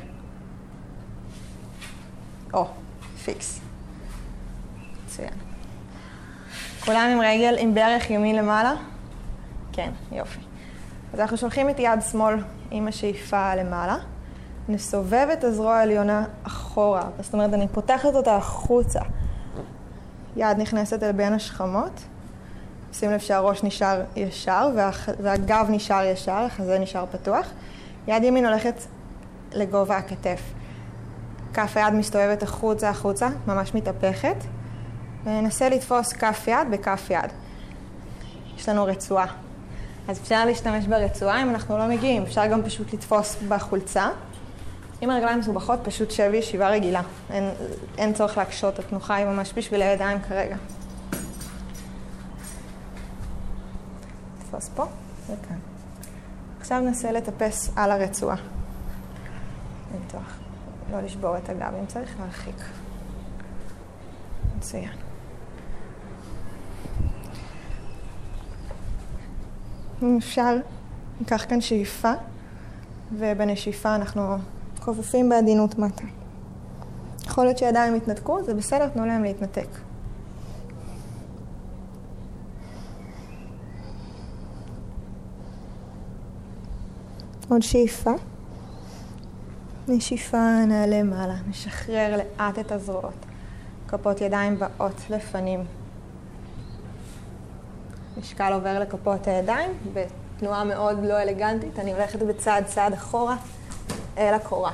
פיקס. מצוין. כולם עם רגל, עם ברך ימין למעלה? כן, יופי. אז אנחנו שולחים את יד שמאל עם השאיפה למעלה. נסובב את הזרוע העליונה אחורה. זאת אומרת, אני פותחת אותה החוצה. יד נכנסת אל בין השכמות. שים לב שהראש נשאר ישר והגב נשאר ישר, החזה נשאר פתוח. יד ימין הולכת לגובה הכתף. כף היד מסתובבת החוצה, ממש מתהפכת. וננסה לתפוס כף יד בכף יד. יש לנו רצועה. אז אפשר להשתמש ברצועה אם אנחנו לא מגיעים. אפשר גם פשוט לתפוס בחולצה. אם הרגליים מסובכות, פשוט שבי ישיבה רגילה. אין צורך להקשות, התנוחה היא ממש בשביל הידיים כרגע. תפוס פה וכאן. עכשיו ננסה לטפס על הרצועה. למתוח. לא לשבור את הגב, אם צריך להרחיק. מצוין. אם אפשר, ניקח כאן שאיפה, ובנשיפה אנחנו כופפים בעדינות מטה. יכול להיות שידיים יתנתקו, זה בסדר, תנו להם להתנתק. עוד שאיפה. נשיפה, נעלה מעלה, נשחרר לאט את הזרועות. כפות ידיים באות לפנים. משקל עובר לכפות הידיים, בתנועה מאוד לא אלגנטית. אני הולכת צעד אחורה אל הקורה.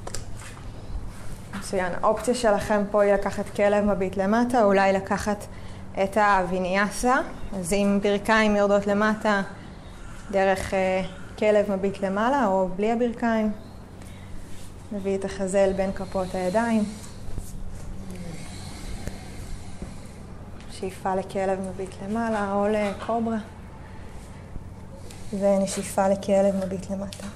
מצוין. האופציה שלכם פה היא לקחת כלב מביט למטה, או אולי לקחת את הוויניאסה. אז עם ברכיים יורדות למטה דרך כלב מביט למעלה, או בלי הברכיים. נביא את החזה אל בין כפות הידיים. שאיפה לכלב מביט למעלה או לקוברה. ונשיפה לכלב מביט למטה.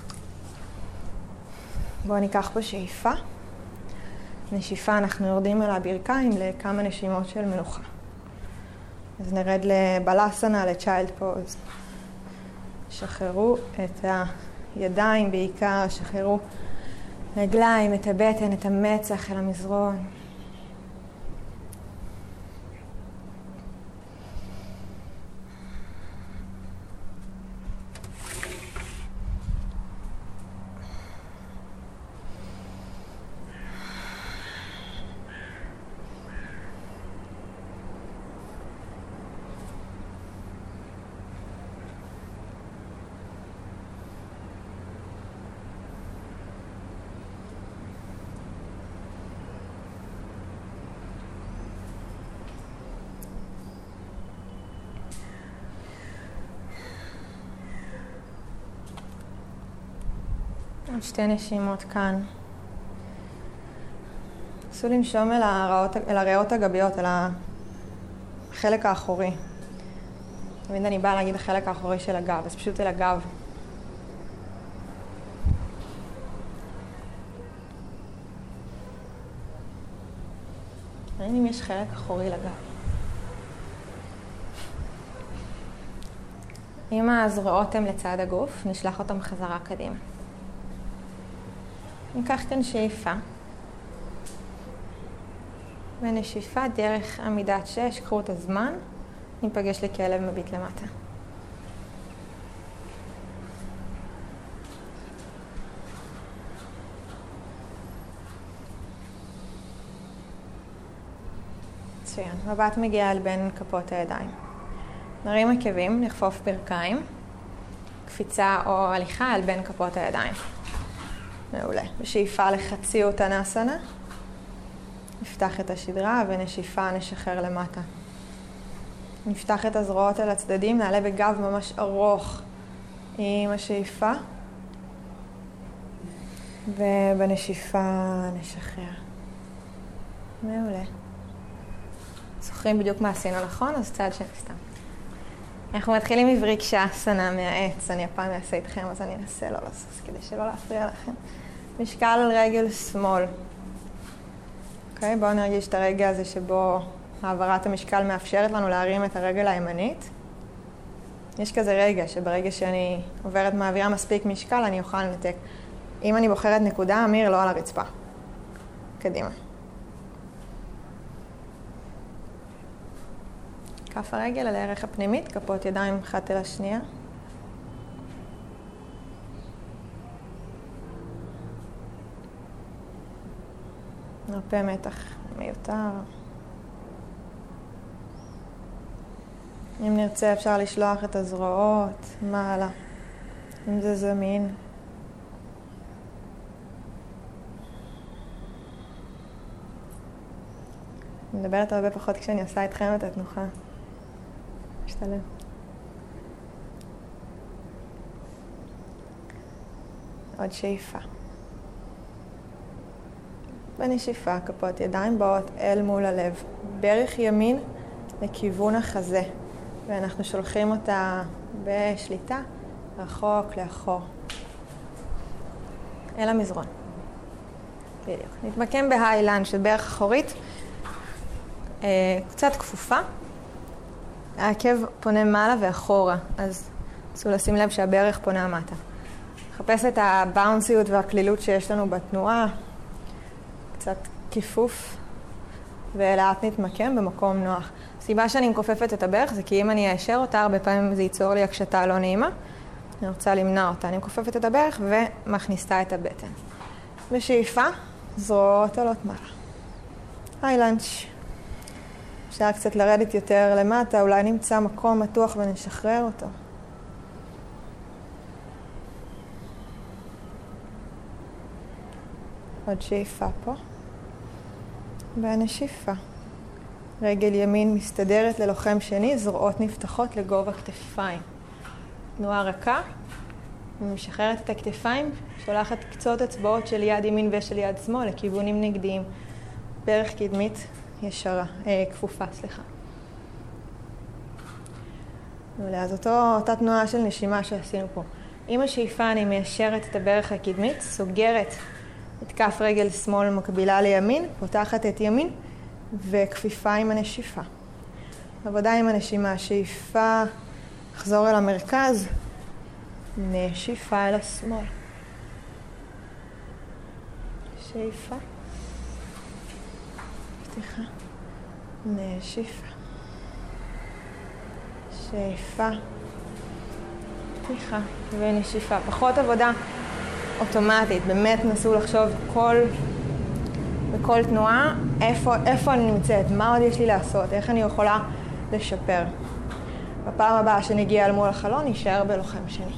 בואו ניקח פה שאיפה. נשיפה אנחנו יורדים אל הברכיים לכמה נשימות של מנוחה. אז נרד לבלסנה, לצ'יילד פוז. שחררו את הידיים בעיקר, שחררו רגליים, את הבטן, את המצח אל המזרון. עוד שתי נשימות כאן. נסו לנשום אל הריאות הגביות, אל החלק האחורי. תמיד אני באה להגיד החלק האחורי של הגב, אז פשוט אל הגב. ראינו אם יש חלק אחורי לגב. אם הזרועות הן לצד הגוף, נשלח אותם חזרה קדימה. ניקח כאן שאיפה. ונשיפה דרך עמידת 6, קחו את הזמן. ניפגש לכלב מביט למטה. מצוין. מבט מגיע אל בין כפות הידיים. נרים עקבים, נכפוף ברכיים. קפיצה או הליכה אל בין כפות הידיים. מעולה. בשאיפה לחצי אוטנסנה. נפתח את השדרה ונשיפה נשחרר למטה. נפתח את הזרועות אל הצדדים, נעלה בגב ממש ארוך עם השאיפה. ובנשיפה נשחרר. מעולה. זוכרים בדיוק מה עשינו נכון? אז צעד שני סתם. אנחנו מתחילים מבריקשאסנה מהעץ. אני הפעם אעשה איתכם, אז אני אנסה לא לסוס כדי שלא להפריע לכם. משקל על רגל שמאל. אוקיי, בואו נרגיש את הרגע הזה שבו העברת המשקל מאפשרת לנו להרים את הרגל הימנית. יש כזה רגע שברגע שאני מעבירה מספיק משקל, אני אוכל לנתק. אם אני בוחרת נקודה, אמיר לא על הרצפה. קדימה. כף הרגל על הערך הפנימית, כפות ידיים אחת אל השנייה. נרפה מתח מיותר. אם נרצה אפשר לשלוח את הזרועות מעלה, אם זה זמין. אני מדברת הרבה פחות כשאני עושה איתכם את התנוחה. משתלם. עוד שאיפה. בנשיפה, כפות ידיים באות אל מול הלב. ברך ימין לכיוון החזה. ואנחנו שולחים אותה בשליטה רחוק לאחור. אל המזרון. בדיוק. נתמקם בהיילנד של ברך אחורית. קצת כפופה. העקב פונה מעלה ואחורה, אז תנסו לשים לב שהברך פונה מטה. לחפש את הבאונסיות והכלילות שיש לנו בתנועה, קצת כיפוף, ולאט נתמקם במקום נוח. הסיבה שאני מכופפת את הברך זה כי אם אני אאשר אותה, הרבה פעמים זה ייצור לי הקשתה לא נעימה. אני רוצה למנוע אותה. אני מכופפת את הברך ומכניסה את הבטן. בשאיפה, זרועות עולות מעלה. היילנץ'. אפשר קצת לרדת יותר למטה, אולי נמצא מקום מתוח ונשחרר אותו. עוד שאיפה פה. והנשיפה. רגל ימין מסתדרת ללוחם שני, זרועות נפתחות לגובה כתפיים. תנועה רכה, ומשחררת את הכתפיים, שולחת קצות אצבעות של יד ימין ושל יד שמאל לכיוונים נגדיים. ברך קדמית ישרה, כפופה, סליחה. אז אותה תנועה של נשימה שעשינו פה. עם השאיפה אני מיישרת את הברך הקדמית, סוגרת את כף רגל שמאל מקבילה לימין, פותחת את ימין וכפיפה עם הנשיפה. עבודה עם הנשימה, שאיפה, לחזור אל המרכז, נשיפה אל השמאל. שאיפה, פתיחה, נשיפה, שאיפה, פתיחה ונשיפה. פחות עבודה אוטומטית, באמת נסו לחשוב בכל תנועה, איפה אני נמצאת, מה עוד יש לי לעשות, איך אני יכולה לשפר. בפעם הבאה שנגיע אל מול החלון, נשאר בלוחם שני.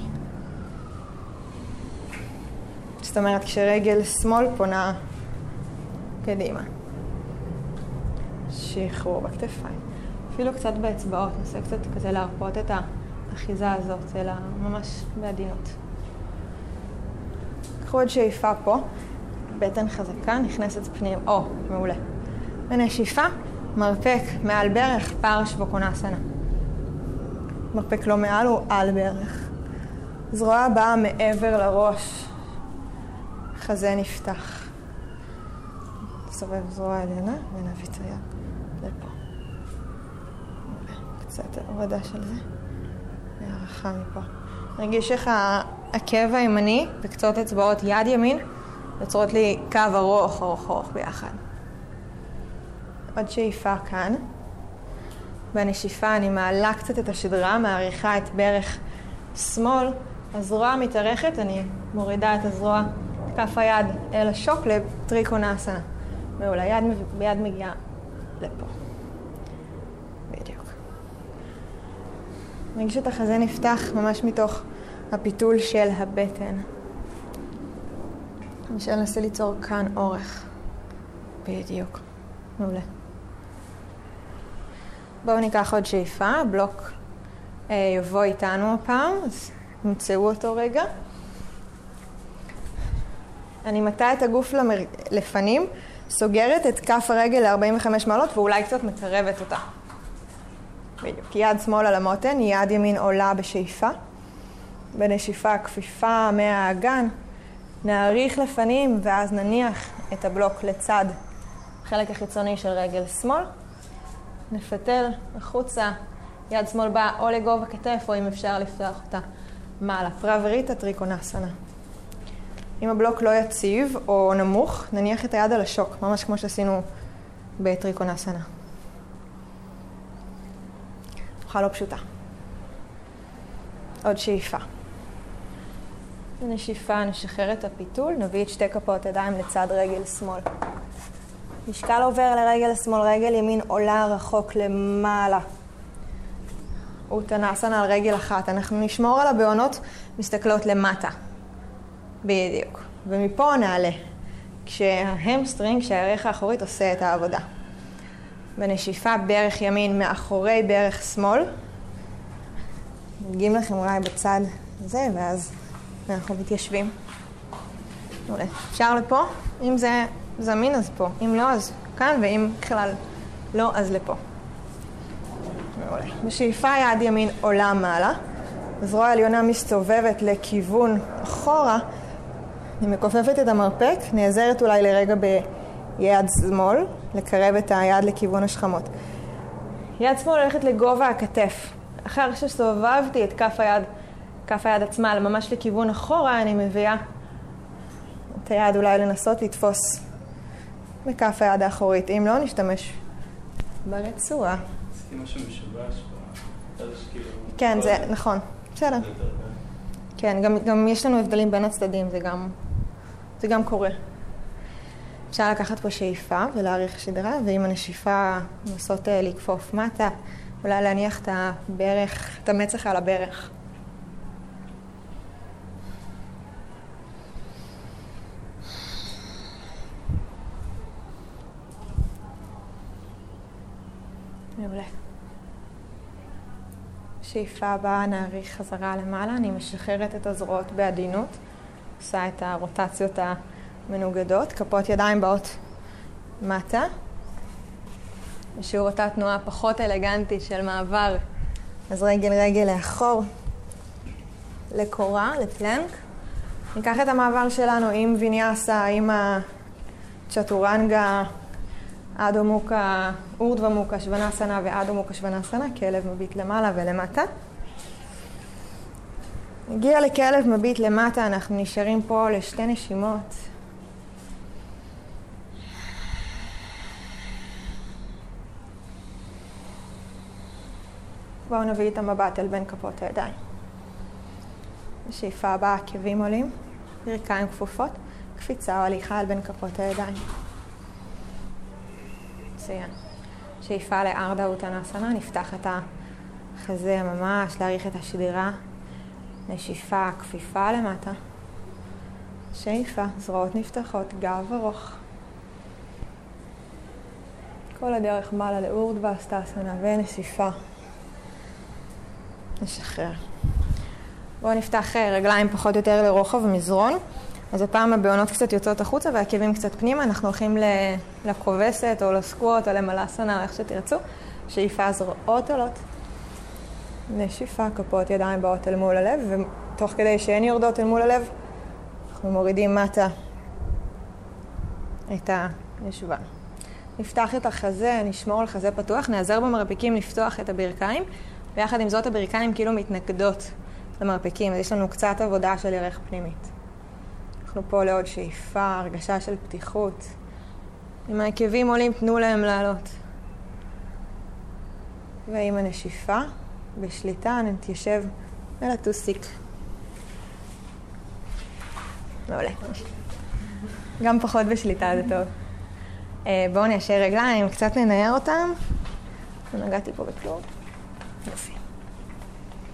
זאת אומרת, כשרגל שמאל פונה קדימה. שחרור בכתפיים. אפילו קצת באצבעות, ננסה קצת כזה להרפות את האחיזה הזאת, אלא ממש בעדינות. קחו עוד שאיפה פה, בטן חזקה, נכנסת פנים, מעולה. ונשיפה, מרפק מעל ברך, פרש וקונאסנה. מרפק לא מעל, הוא על ברך. זרוע הבאה מעבר לראש. חזה נפתח. סובב זרוע עליונה ונביא את היד לפה. קצת הורדה של זה. והערכה מפה. נרגיש איך העקב הימני וקצות אצבעות יד ימין יוצרות לי קו ארוך ביחד. עוד שאיפה כאן. בנשיפה אני מעלה קצת את השדרה, מעריכה את ברך שמאל. הזרוע מתארכת, אני מורידה את הזרוע, את כף היד אל השוק לטריקונאסנה. מעולה, יד מגיעה לפה. נרגיש את החזה נפתח ממש מתוך הפיתול של הבטן. למשל ננסה ליצור כאן אורך. בדיוק. מעולה. בואו ניקח עוד שאיפה, הבלוק יבוא איתנו הפעם, אז נמצאו אותו רגע. אני מטה את הגוף לפנים, סוגרת את כף הרגל ל-45 מעלות ואולי קצת מקרבת אותה. בדיוק. יד שמאל על המותן, יד ימין עולה בשאיפה. בנשיפה כפיפה מהאגן, נעריך לפנים ואז נניח את הבלוק לצד החלק החיצוני של רגל שמאל. נפתל החוצה, יד שמאל באה או לגובה כתף או אם אפשר לפתוח אותה מעלה. פרווריטה טריקונסנה. אם הבלוק לא יציב או נמוך, נניח את היד על השוק, ממש כמו שעשינו בטריקונסנה. תנוחה לא פשוטה. עוד שאיפה. בנשיפה נשחרר את הפיתול, נביא את שתי כפות ידיים לצד רגל שמאל. משקל עובר לרגל שמאל, רגל ימין עולה רחוק למעלה. ותנסנה על רגל אחת. אנחנו נשמור על הבעונות מסתכלות למטה. בדיוק. ומפה נעלה. כשההמסטרינג, כשהערך האחורית עושה את העבודה. בנשיפה ברך ימין מאחורי ברך שמאל. נדגים לכם אולי בצד הזה, ואז אנחנו מתיישבים. מעולה. אפשר לפה? אם זה זמין אז פה. אם לא אז כאן, ואם בכלל לא אז לפה. מעולה. בשאיפה יד ימין עולה מעלה. הזרוע העליונה מסתובבת לכיוון אחורה. אני מכופפת את המרפק, נעזרת אולי לרגע ביד שמאל, לקרב את היד לכיוון השכמות. יד שמאל הולכת לגובה הכתף. אחר שסובבתי את כף היד עצמה, ממש לכיוון אחורה, אני מביאה את היד אולי לנסות לתפוס בכף היד האחורית. אם לא, נשתמש ברצועה. זה משהו משובש כן, זה נכון. בסדר. כן, גם יש לנו הבדלים בין הצדדים, זה גם קורה. אפשר לקחת פה שאיפה ולהאריך שדרה, ועם הנשיפה לנסות לקפוף מטה, אולי להניח את הברך, את המצח על הברך. מעולה. שאיפה הבאה נעריך חזרה למעלה, אני משחררת את הזרועות בעדינות, עושה את הרוטציות המנוגדות, כפות ידיים באות מטה. בשיעור אותה תנועה פחות אלגנטית של מעבר, אז רגל לאחור, לקורה, לפלנק. ניקח את המעבר שלנו עם ויניאסה, עם הצ'טורנגה, אדו מוקה, אורדווה מוקה שוונאסנה ואדו מוקה שוונאסנה, כלב מביט למעלה ולמטה. נגיע לכלב מביט למטה, אנחנו נשארים פה לשתי נשימות. בואו נביא את המבט אל בין כפות הידיים. בשאיפה הבאה עקבים עולים, ברכיים כפופות, קפיצה או הליכה אל בין כפות הידיים. מצוין. שאיפה לארדה אוטנסנה, נפתח את החזה ממש, להאריך את השדרה. נשיפה, כפיפה למטה. שאיפה, זרועות נפתחות, גב ארוך. כל הדרך מעלה לאורדווה אסטסנה ונשיפה. נשחרר. בואו נפתח רגליים פחות או יותר לרוחב ומזרון. אז הפעם הבעונות קצת יוצאות החוצה והעקבים קצת פנימה. אנחנו הולכים לכובסת או לסקווט או למלאסנה או איך שתרצו. שאיפה זרועות עולות. נשיפה, כפות ידיים באות אל מול הלב, ותוך כדי שהן יורדות אל מול הלב, אנחנו מורידים מטה את הישובן. נפתח את החזה, נשמור על חזה פתוח, נעזר במרפקים לפתוח את הברכיים, ויחד עם זאת הברכיים כאילו מתנגדות למרפקים, אז יש לנו קצת עבודה של ירך פנימית. אנחנו פה לעוד שאיפה, הרגשה של פתיחות. אם העקבים עולים, תנו להם לעלות. ועם הנשיפה, בשליטה, נתיישב אל הטוסיק. מעולה. גם פחות בשליטה זה טוב. בואו ניישר רגליים, קצת ננער אותם. לא נגעתי פה בכלום. יופי.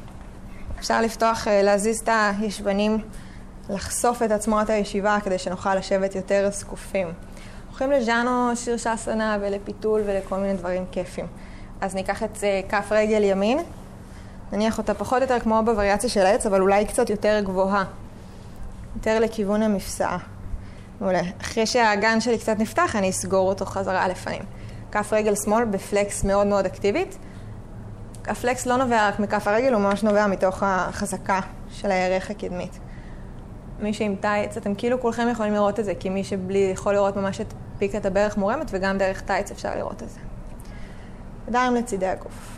אפשר לפתוח, להזיז את הישבנים, לחשוף את עצמות הישיבה כדי שנוכל לשבת יותר זקופים. הולכים לג'אנו, שירשאסנה ולפיתול ולכל מיני דברים כיפים. אז ניקח את כף רגל ימין, נניח אותה פחות או יותר כמו בווריאציה של העץ, אבל אולי קצת יותר גבוהה, יותר לכיוון המפסעה. מעולה. אחרי שהאגן שלי קצת נפתח, אני אסגור אותו חזרה לפנים. כף רגל שמאל בפלקס מאוד מאוד אקטיבית. הפלקס לא נובע רק מכף הרגל, הוא ממש נובע מתוך החזקה של הירך הקדמית. מי שעם טייץ, אתם כאילו כולכם יכולים לראות את זה, כי מי שבלי יכול לראות ממש את פיקת הברך מורמת, וגם דרך טייץ אפשר לראות את זה. ידיים לצידי הגוף.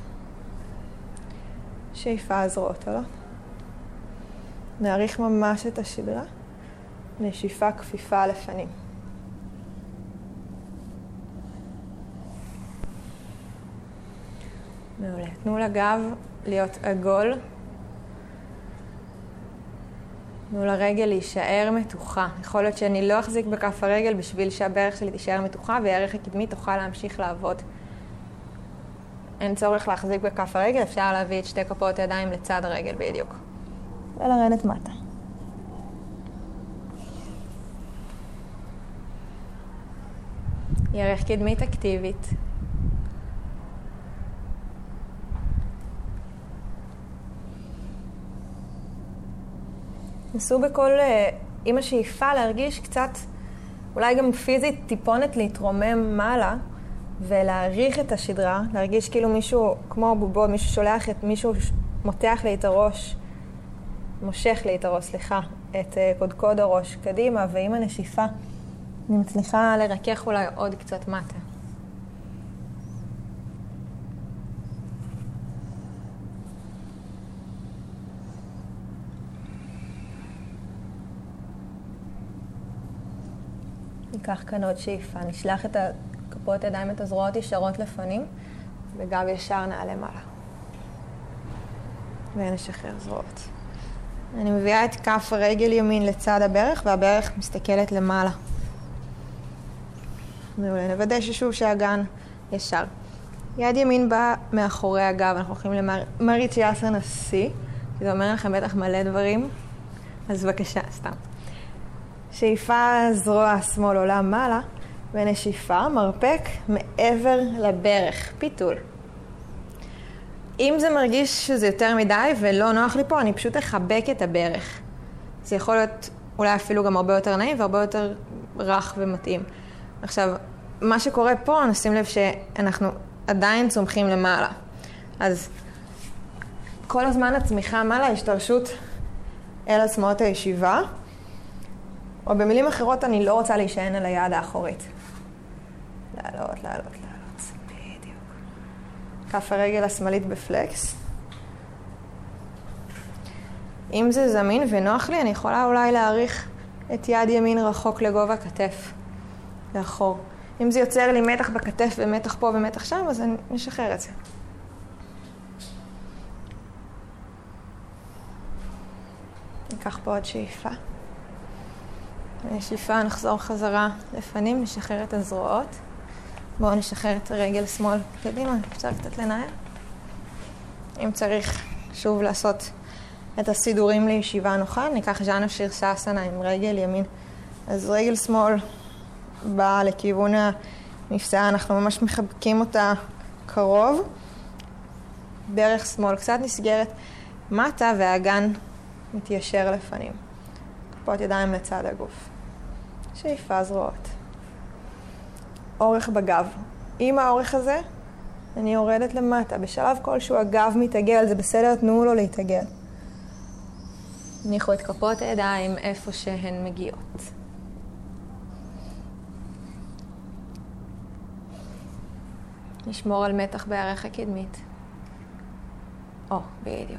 שאיפה הזרועות, לא? נעריך ממש את השדרה. נשיפה כפיפה לפנים. מעולה. תנו לגב להיות עגול. תנו לרגל להישאר מתוחה. יכול להיות שאני לא אחזיק בכף הרגל בשביל שהברך שלי תישאר מתוחה והערך הקדמי תוכל להמשיך לעבוד. אין צורך להחזיק בכף הרגל, אפשר להביא את שתי כפות הידיים לצד הרגל בדיוק. ולרדת מטה. ירך קדמית אקטיבית. נסו בכל, עם השאיפה להרגיש קצת, אולי גם פיזית טיפונת להתרומם מעלה, ולהעריך את השדרה, להרגיש כאילו מישהו, כמו בובוד, מישהו שולח את מישהו, מותח לי את הראש, מושך לי את הראש, סליחה, את קודקוד הראש קדימה, ועם הנשיפה אני מצליחה לרכך אולי עוד קצת מטה. ניקח כאן עוד שאיפה, נשלח את כפות ידיים, את הזרועות ישרות לפנים, וגב ישר נעלה מעלה. ונשחרר זרועות. אני מביאה את כף הרגל ימין לצד הברך, והברך מסתכלת למעלה. נוודא ששוב שהאגן ישר. יד ימין באה מאחורי הגב, אנחנו הולכים למריצ'יאסנה C, כי זה אומר לכם בטח מלא דברים, אז בבקשה, סתם. שאיפה זרוע שמאל עולה מעלה, ונשיפה, מרפק מעבר לברך, פיתול. אם זה מרגיש שזה יותר מדי ולא נוח לי פה, אני פשוט אחבק את הברך. זה יכול להיות אולי אפילו גם הרבה יותר נעים והרבה יותר רך ומתאים. עכשיו, מה שקורה פה, נשים לב שאנחנו עדיין צומחים למעלה. אז כל הזמן הצמיחה מעלה, השתרשות אל עצמות הישיבה, או במילים אחרות, אני לא רוצה להישען על היד האחורית. לעלות, לעלות, לעלות. בדיוק. כף הרגל השמאלית בפלקס. אם זה זמין ונוח לי, אני יכולה אולי להאריך את יד ימין רחוק לגובה כתף, לאחור. אם זה יוצר לי מתח בכתף ומתח פה ומתח שם, אז אני משחרר את זה. ניקח פה עוד שאיפה. שאיפה, נחזור חזרה לפנים, נשחרר את הזרועות. בואו נשחרר את הרגל שמאל קדימה, אפשר קצת לנער. אם צריך שוב לעשות את הסידורים לישיבה נוחה, ניקח ז'אנו שירשאסנה עם רגל ימין. אז רגל שמאל באה לכיוון המפסעה, אנחנו ממש מחבקים אותה קרוב. ברך שמאל קצת נסגרת מטה והאגן מתיישר לפנים. כפות ידיים לצד הגוף. שאיפה זרועות. אורך בגב. עם האורך הזה, אני יורדת למטה. בשלב כלשהו הגב מתעגל, זה בסדר, תנו לו להתעגל. ניחו את כפות הידיים איפה שהן מגיעות. נשמור על מתח בערך הקדמית. בדיוק.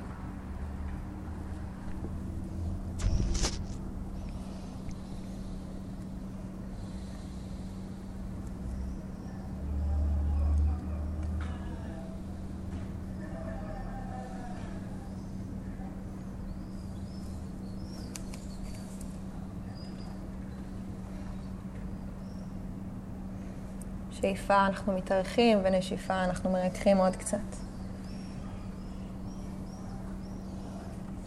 שאיפה אנחנו מתארחים, ונשיפה אנחנו מרככים עוד קצת.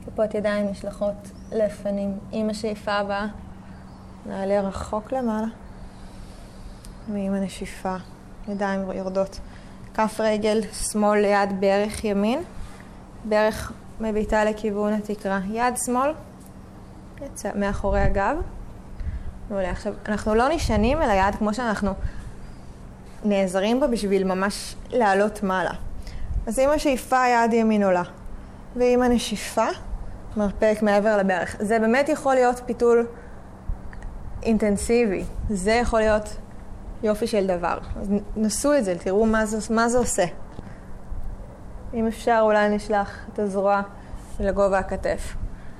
כפות ידיים נשלחות לפנים עם השאיפה הבאה. נעלה רחוק למעלה. ועם הנשיפה, ידיים יורדות. כף רגל שמאל ליד ברך ימין. ברך מביטה לכיוון התקרה. יד שמאל, יצא מאחורי הגב. מעולה. עכשיו, אנחנו לא נשענים אל היד כמו שאנחנו נעזרים בה בשביל ממש לעלות מעלה. אז עם השאיפה יד ימין עולה. ועם הנשיפה, מרפק מעבר לברך. זה באמת יכול להיות פיתול אינטנסיבי. זה יכול להיות יופי של דבר. אז נסו את זה, תראו מה זה עושה. אם אפשר, אולי נשלח את הזרוע לגובה הכתף.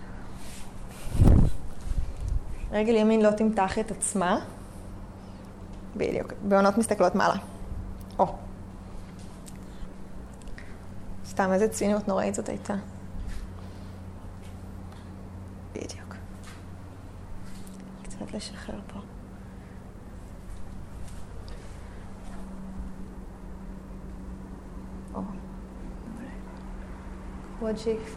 רגל ימין לא תמתח את עצמה. בדיוק. בעונות מסתכלות מעלה. או. סתם, איזה ציניות נוראית זאת הייתה. בדיוק. קצת לשחרר פה. או. עוד שאיפה.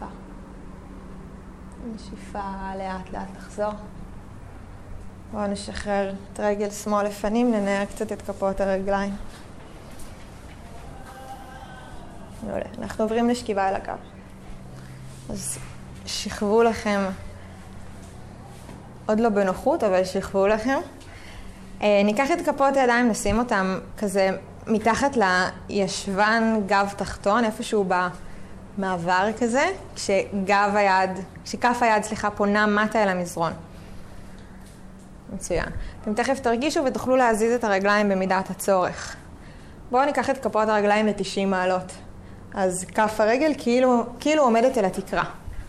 נשיפה לאט לאט לחזור. בואו נשחרר את רגל שמאל לפנים, ננער קצת את כפות הרגליים. מעולה. אנחנו עוברים לשכיבה אל הגב. אז שכבו לכם, עוד לא בנוחות, אבל שכבו לכם. ניקח את כפות הידיים, נשים אותם כזה מתחת לישבן גב תחתון, איפשהו במעבר כזה, כשכף היד, פונה מטה אל המזרון. מצוין. אתם תכף תרגישו ותוכלו להזיז את הרגליים במידת הצורך. בואו ניקח את כפות הרגליים ל-90 מעלות. אז כף הרגל כאילו עומדת אל התקרה.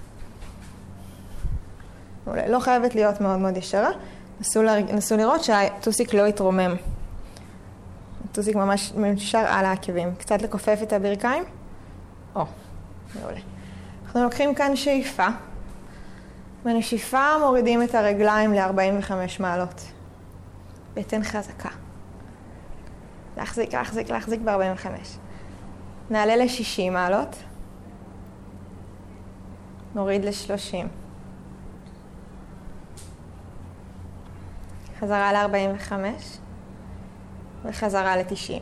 לא חייבת להיות מאוד מאוד ישרה. נסו לראות שהטוסיק לא יתרומם. הטוסיק ממש נשאר על העקבים. קצת לכופף את הברכיים. מעולה. אנחנו לוקחים כאן שאיפה. בנשיפה מורידים את הרגליים ל-45 מעלות. בטן חזקה. להחזיק ב-45. נעלה ל-60 מעלות. נוריד ל-30. חזרה ל-45. וחזרה ל-90.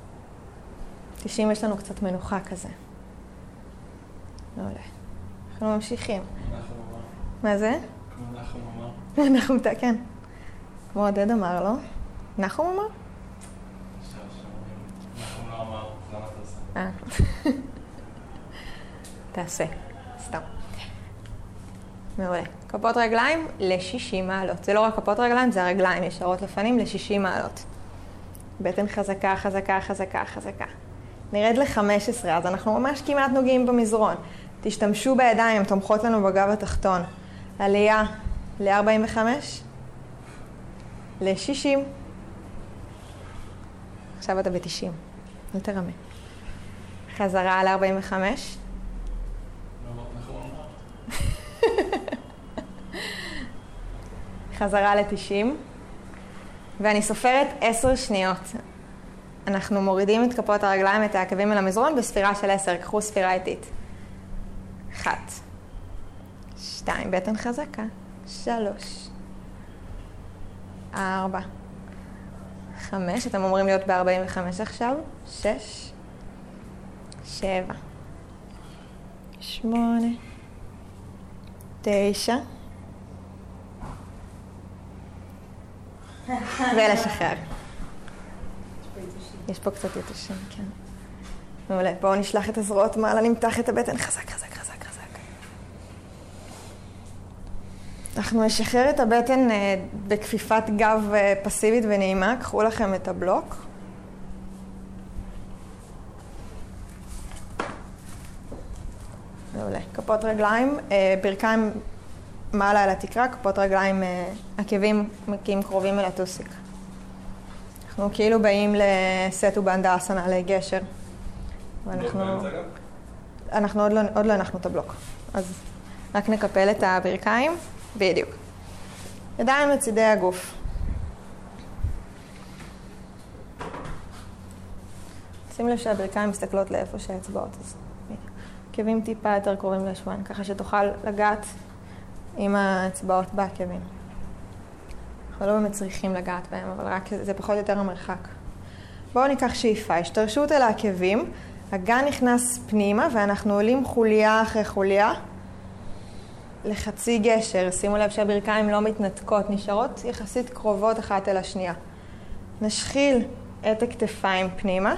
90 יש לנו קצת מנוחה כזה. מעולה. אנחנו ממשיכים. מה זה? כמו נחום אמר. נחום, כן. כמו עודד אמר, לא? נחום אמר? נחום לא אמר, למה אתה עושה? תעשה, סתם. מעולה. כפות רגליים ל-60 מעלות. זה לא רק כפות רגליים, זה הרגליים ישרות לפנים ל-60 מעלות. בטן חזקה, חזקה, חזקה, חזקה. נרד ל-15, אז אנחנו ממש כמעט נוגעים במזרון. תשתמשו בידיים, תומכות לנו בגב התחתון. עלייה ל-45, ל-60. עכשיו אתה ב-90, אל תרמה. חזרה ל-45. חזרה ל-90. ואני סופרת 10 שניות. אנחנו מורידים את כפות הרגליים, את העקבים אל המזרון, בספירה של 10. קחו ספירה איטית. 1, 2, בטן חזקה. 3, 4, 5, אתם אומרים להיות ב-45 עכשיו. 6, 7, 8, 9. ולשחרר. יש פה קצת יתושים, כן. מעולה, בואו נשלח את הזרועות מעלה, נמתח את הבטן חזק, חזק, חזק, חזק. אנחנו נשחרר את הבטן בכפיפת גב פסיבית ונעימה. קחו לכם את הבלוק. מעולה. כפות רגליים, ברכיים מעלה על התקרה, כפות רגליים, עקבים מקים קרובים אל הטוסיק. אנחנו כאילו באים לסטו באנדאסנה, לגשר. אנחנו עוד לא הנחנו את הבלוק. אז רק נקפל את הברכיים. בדיוק. ידיים לצידי הגוף. שים לב שהברכיים מסתכלות לאיפה שהאצבעות. אז עקבים טיפה יותר קרובים לשולחן, ככה שתוכל לגעת עם האצבעות בעקבים. אנחנו לא באמת צריכים לגעת בהם, אבל רק זה פחות או יותר המרחק. בואו ניקח שאיפה, השתרשות אל העקבים, הגן נכנס פנימה ואנחנו עולים חוליה אחרי חוליה לחצי גשר. שימו לב שהברכיים לא מתנתקות, נשארות יחסית קרובות אחת אל השנייה. נשחיל את הכתפיים פנימה.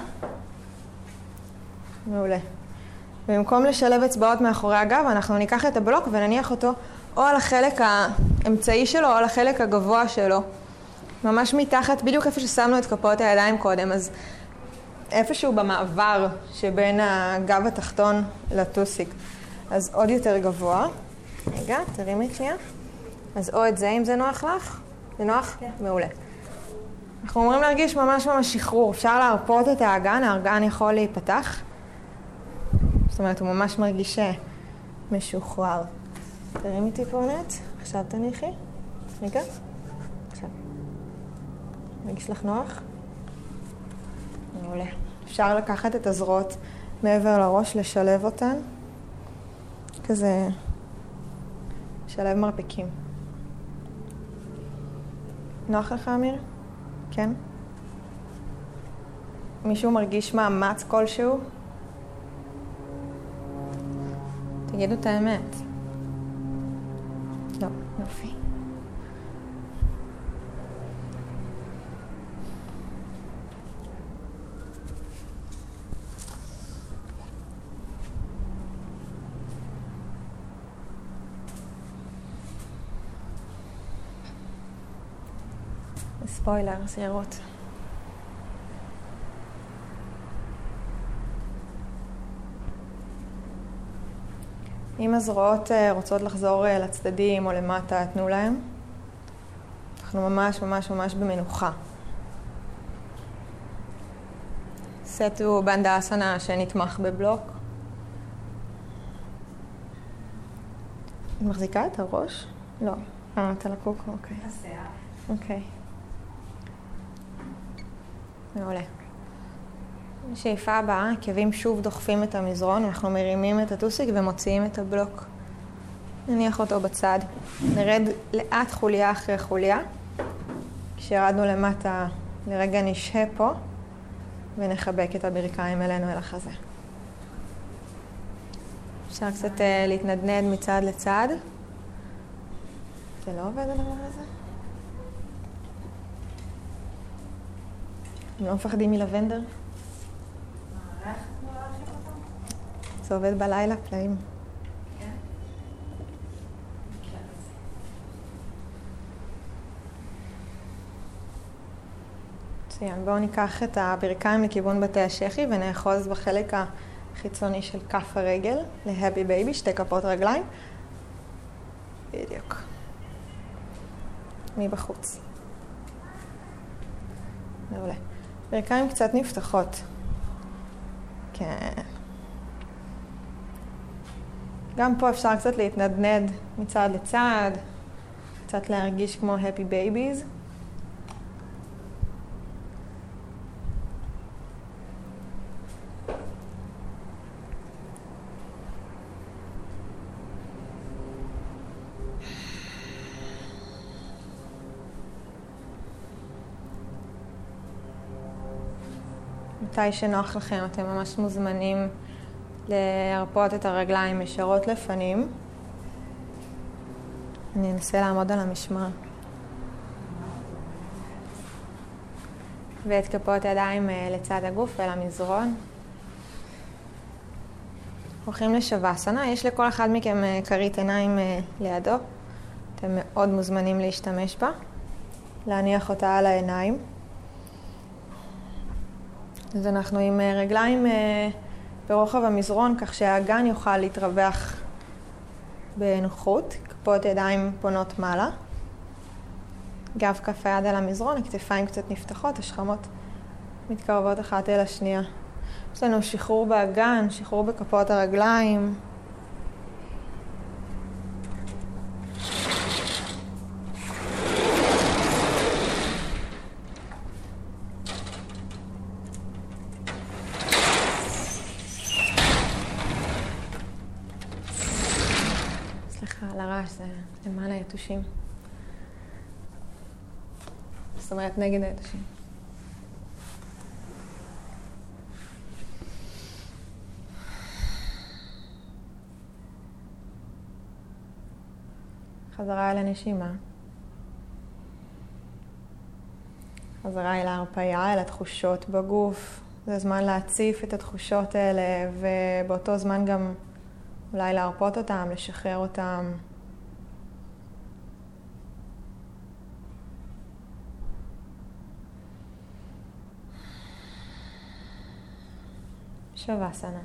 מעולה. במקום לשלב אצבעות מאחורי הגב, אנחנו ניקח את הבלוק ונניח אותו או על החלק האמצעי שלו או על החלק הגבוה שלו. ממש מתחת, בדיוק איפה ששמנו את כפות הידיים קודם, אז איפשהו במעבר שבין הגב התחתון לטוסיק. אז עוד יותר גבוה. רגע, תרימי שנייה. אז או את זה, אם זה נוח לך. זה נוח? כן. מעולה. אנחנו אומרים להרגיש ממש שחרור. אפשר להרפות את האגן, האגן יכול להיפתח. זאת אומרת, הוא ממש מרגיש משוחרר. תרימי טיפונת. עכשיו תניחי. רגע. עכשיו. מרגיש לך נוח? מעולה. אפשר לקחת את הזרועות מעבר לראש, לשלב אותן. כזה שלב מרפקים. נוח לך, אמיר? כן? מישהו מרגיש מאמץ כלשהו? תגידו את האמת. לא, יופי. ספוילר, סיירות. אם הזרועות רוצות לחזור לצדדים או למטה, תנו להם. אנחנו ממש במנוחה. סטו בנדאסנה שנתמך בבלוק. את מחזיקה את הראש? לא. אתה לקוק? אוקיי. השיער. אוקיי. מעולה. שאיפה הבאה, עקבים שוב דוחפים את המזרון, אנחנו מרימים את הטוסיק ומוציאים את הבלוק. נניח אותו בצד. נרד לאט חוליה אחרי חוליה. כשירדנו למטה, לרגע נשהה פה, ונחבק את הברכיים אלינו אל החזה. אפשר קצת להתנדנד מצד לצד. זה לא עובד הדבר הזה? אתם לא מפחדים מלבנדר? זה עובד בלילה, פלאים. כן? מצוין. בואו ניקח את הברכיים לכיוון בתי השחי ונאחוז בחלק החיצוני של כף הרגל להפי בייבי, שתי כפות רגליים. בדיוק. מבחוץ. מעולה. ברכיים קצת נפתחות. כן. גם פה אפשר קצת להתנדנד מצד לצד, קצת להרגיש כמו happy babies. מתי שנוח לכם, אתם ממש מוזמנים להרפות את הרגליים ישרות לפנים. אני אנסה לעמוד על המשמר. ואת כפות ידיים לצד הגוף ולמזרון. הולכים לשוואסנה. יש לכל אחד מכם כרית עיניים לידו. אתם מאוד מוזמנים להשתמש בה. להניח אותה על העיניים. אז אנחנו עם רגליים ברוחב המזרון, כך שהאגן יוכל להתרווח בנוחות. כפות ידיים פונות מעלה. גב כף היד על המזרון, הכתפיים קצת נפתחות, השכמות מתקרבות אחת אל השנייה. יש לנו שחרור באגן, שחרור בכפות הרגליים. על הרעש, זה למען היתושים. זאת אומרת, נגד היתושים. חזרה אל הנשימה. חזרה אל ההרפאיה, אל התחושות בגוף. זה זמן להציף את התחושות האלה, ובאותו זמן גם אולי להרפות אותם, לשחרר אותם. שוואסנה.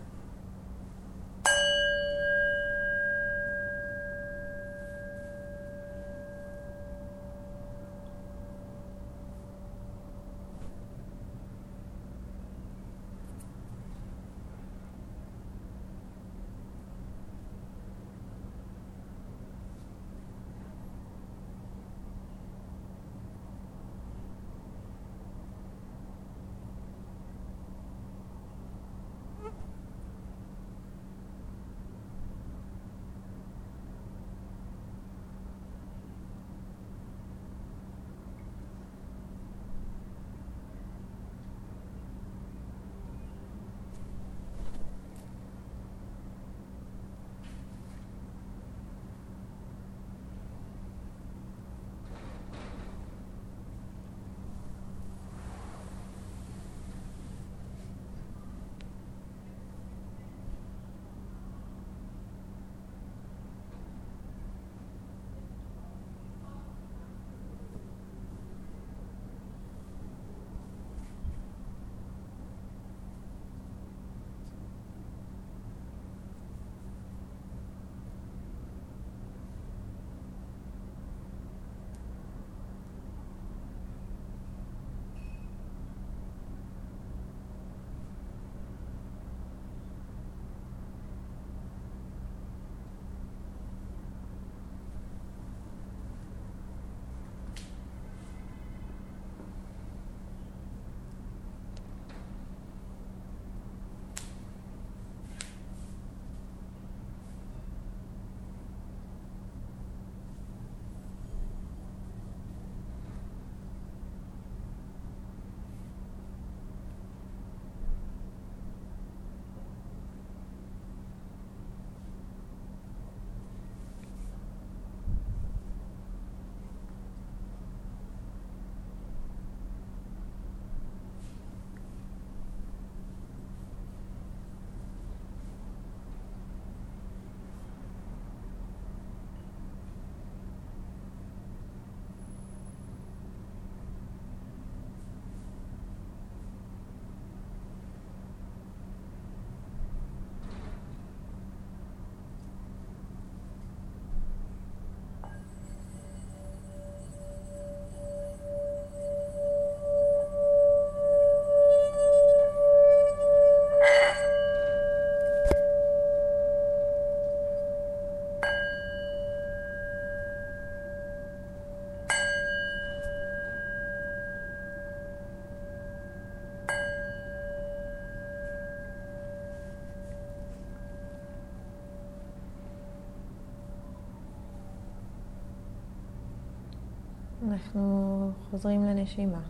אנחנו חוזרים לנשימה.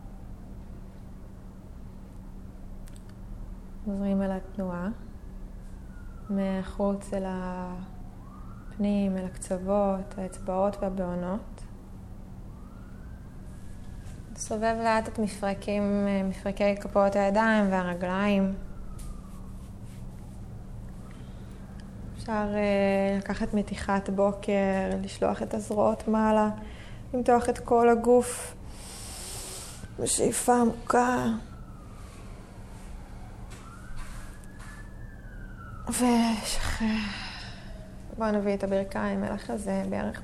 חוזרים אל התנועה. מחוץ אל הפנים, אל הקצוות, האצבעות והבעונות. סובב לאט את מפרקי כפות הידיים והרגליים. אפשר לקחת מתיחת בוקר, לשלוח את הזרועות מעלה, למתוח את כל הגוף בשאיפה עמוקה. ושחרר. בואו נביא את הברכיים אל החזה, בערך.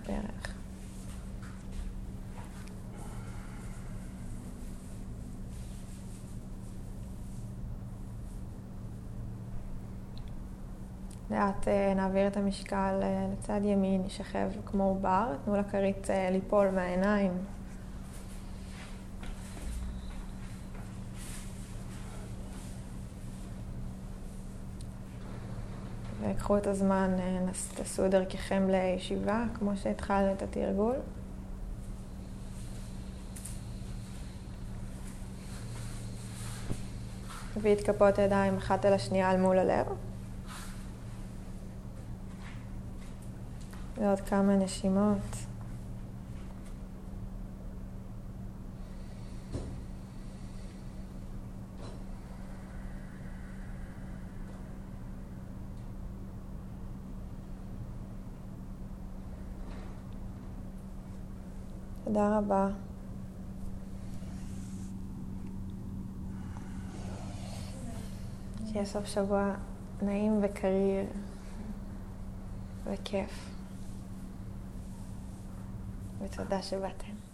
לאט נעביר את המשקל לצד ימין, נשכב כמו עובר, תנו לכרית ליפול מהעיניים. קחו את הזמן, תעשו דרככם לישיבה, כמו שהתחלנו את התרגול. תביא את כפות הידיים אחת אל השנייה על מול הלב. ועוד כמה נשימות. תודה רבה. שיהיה סוף שבוע נעים וקריר וכיף. ותודה שבאתם.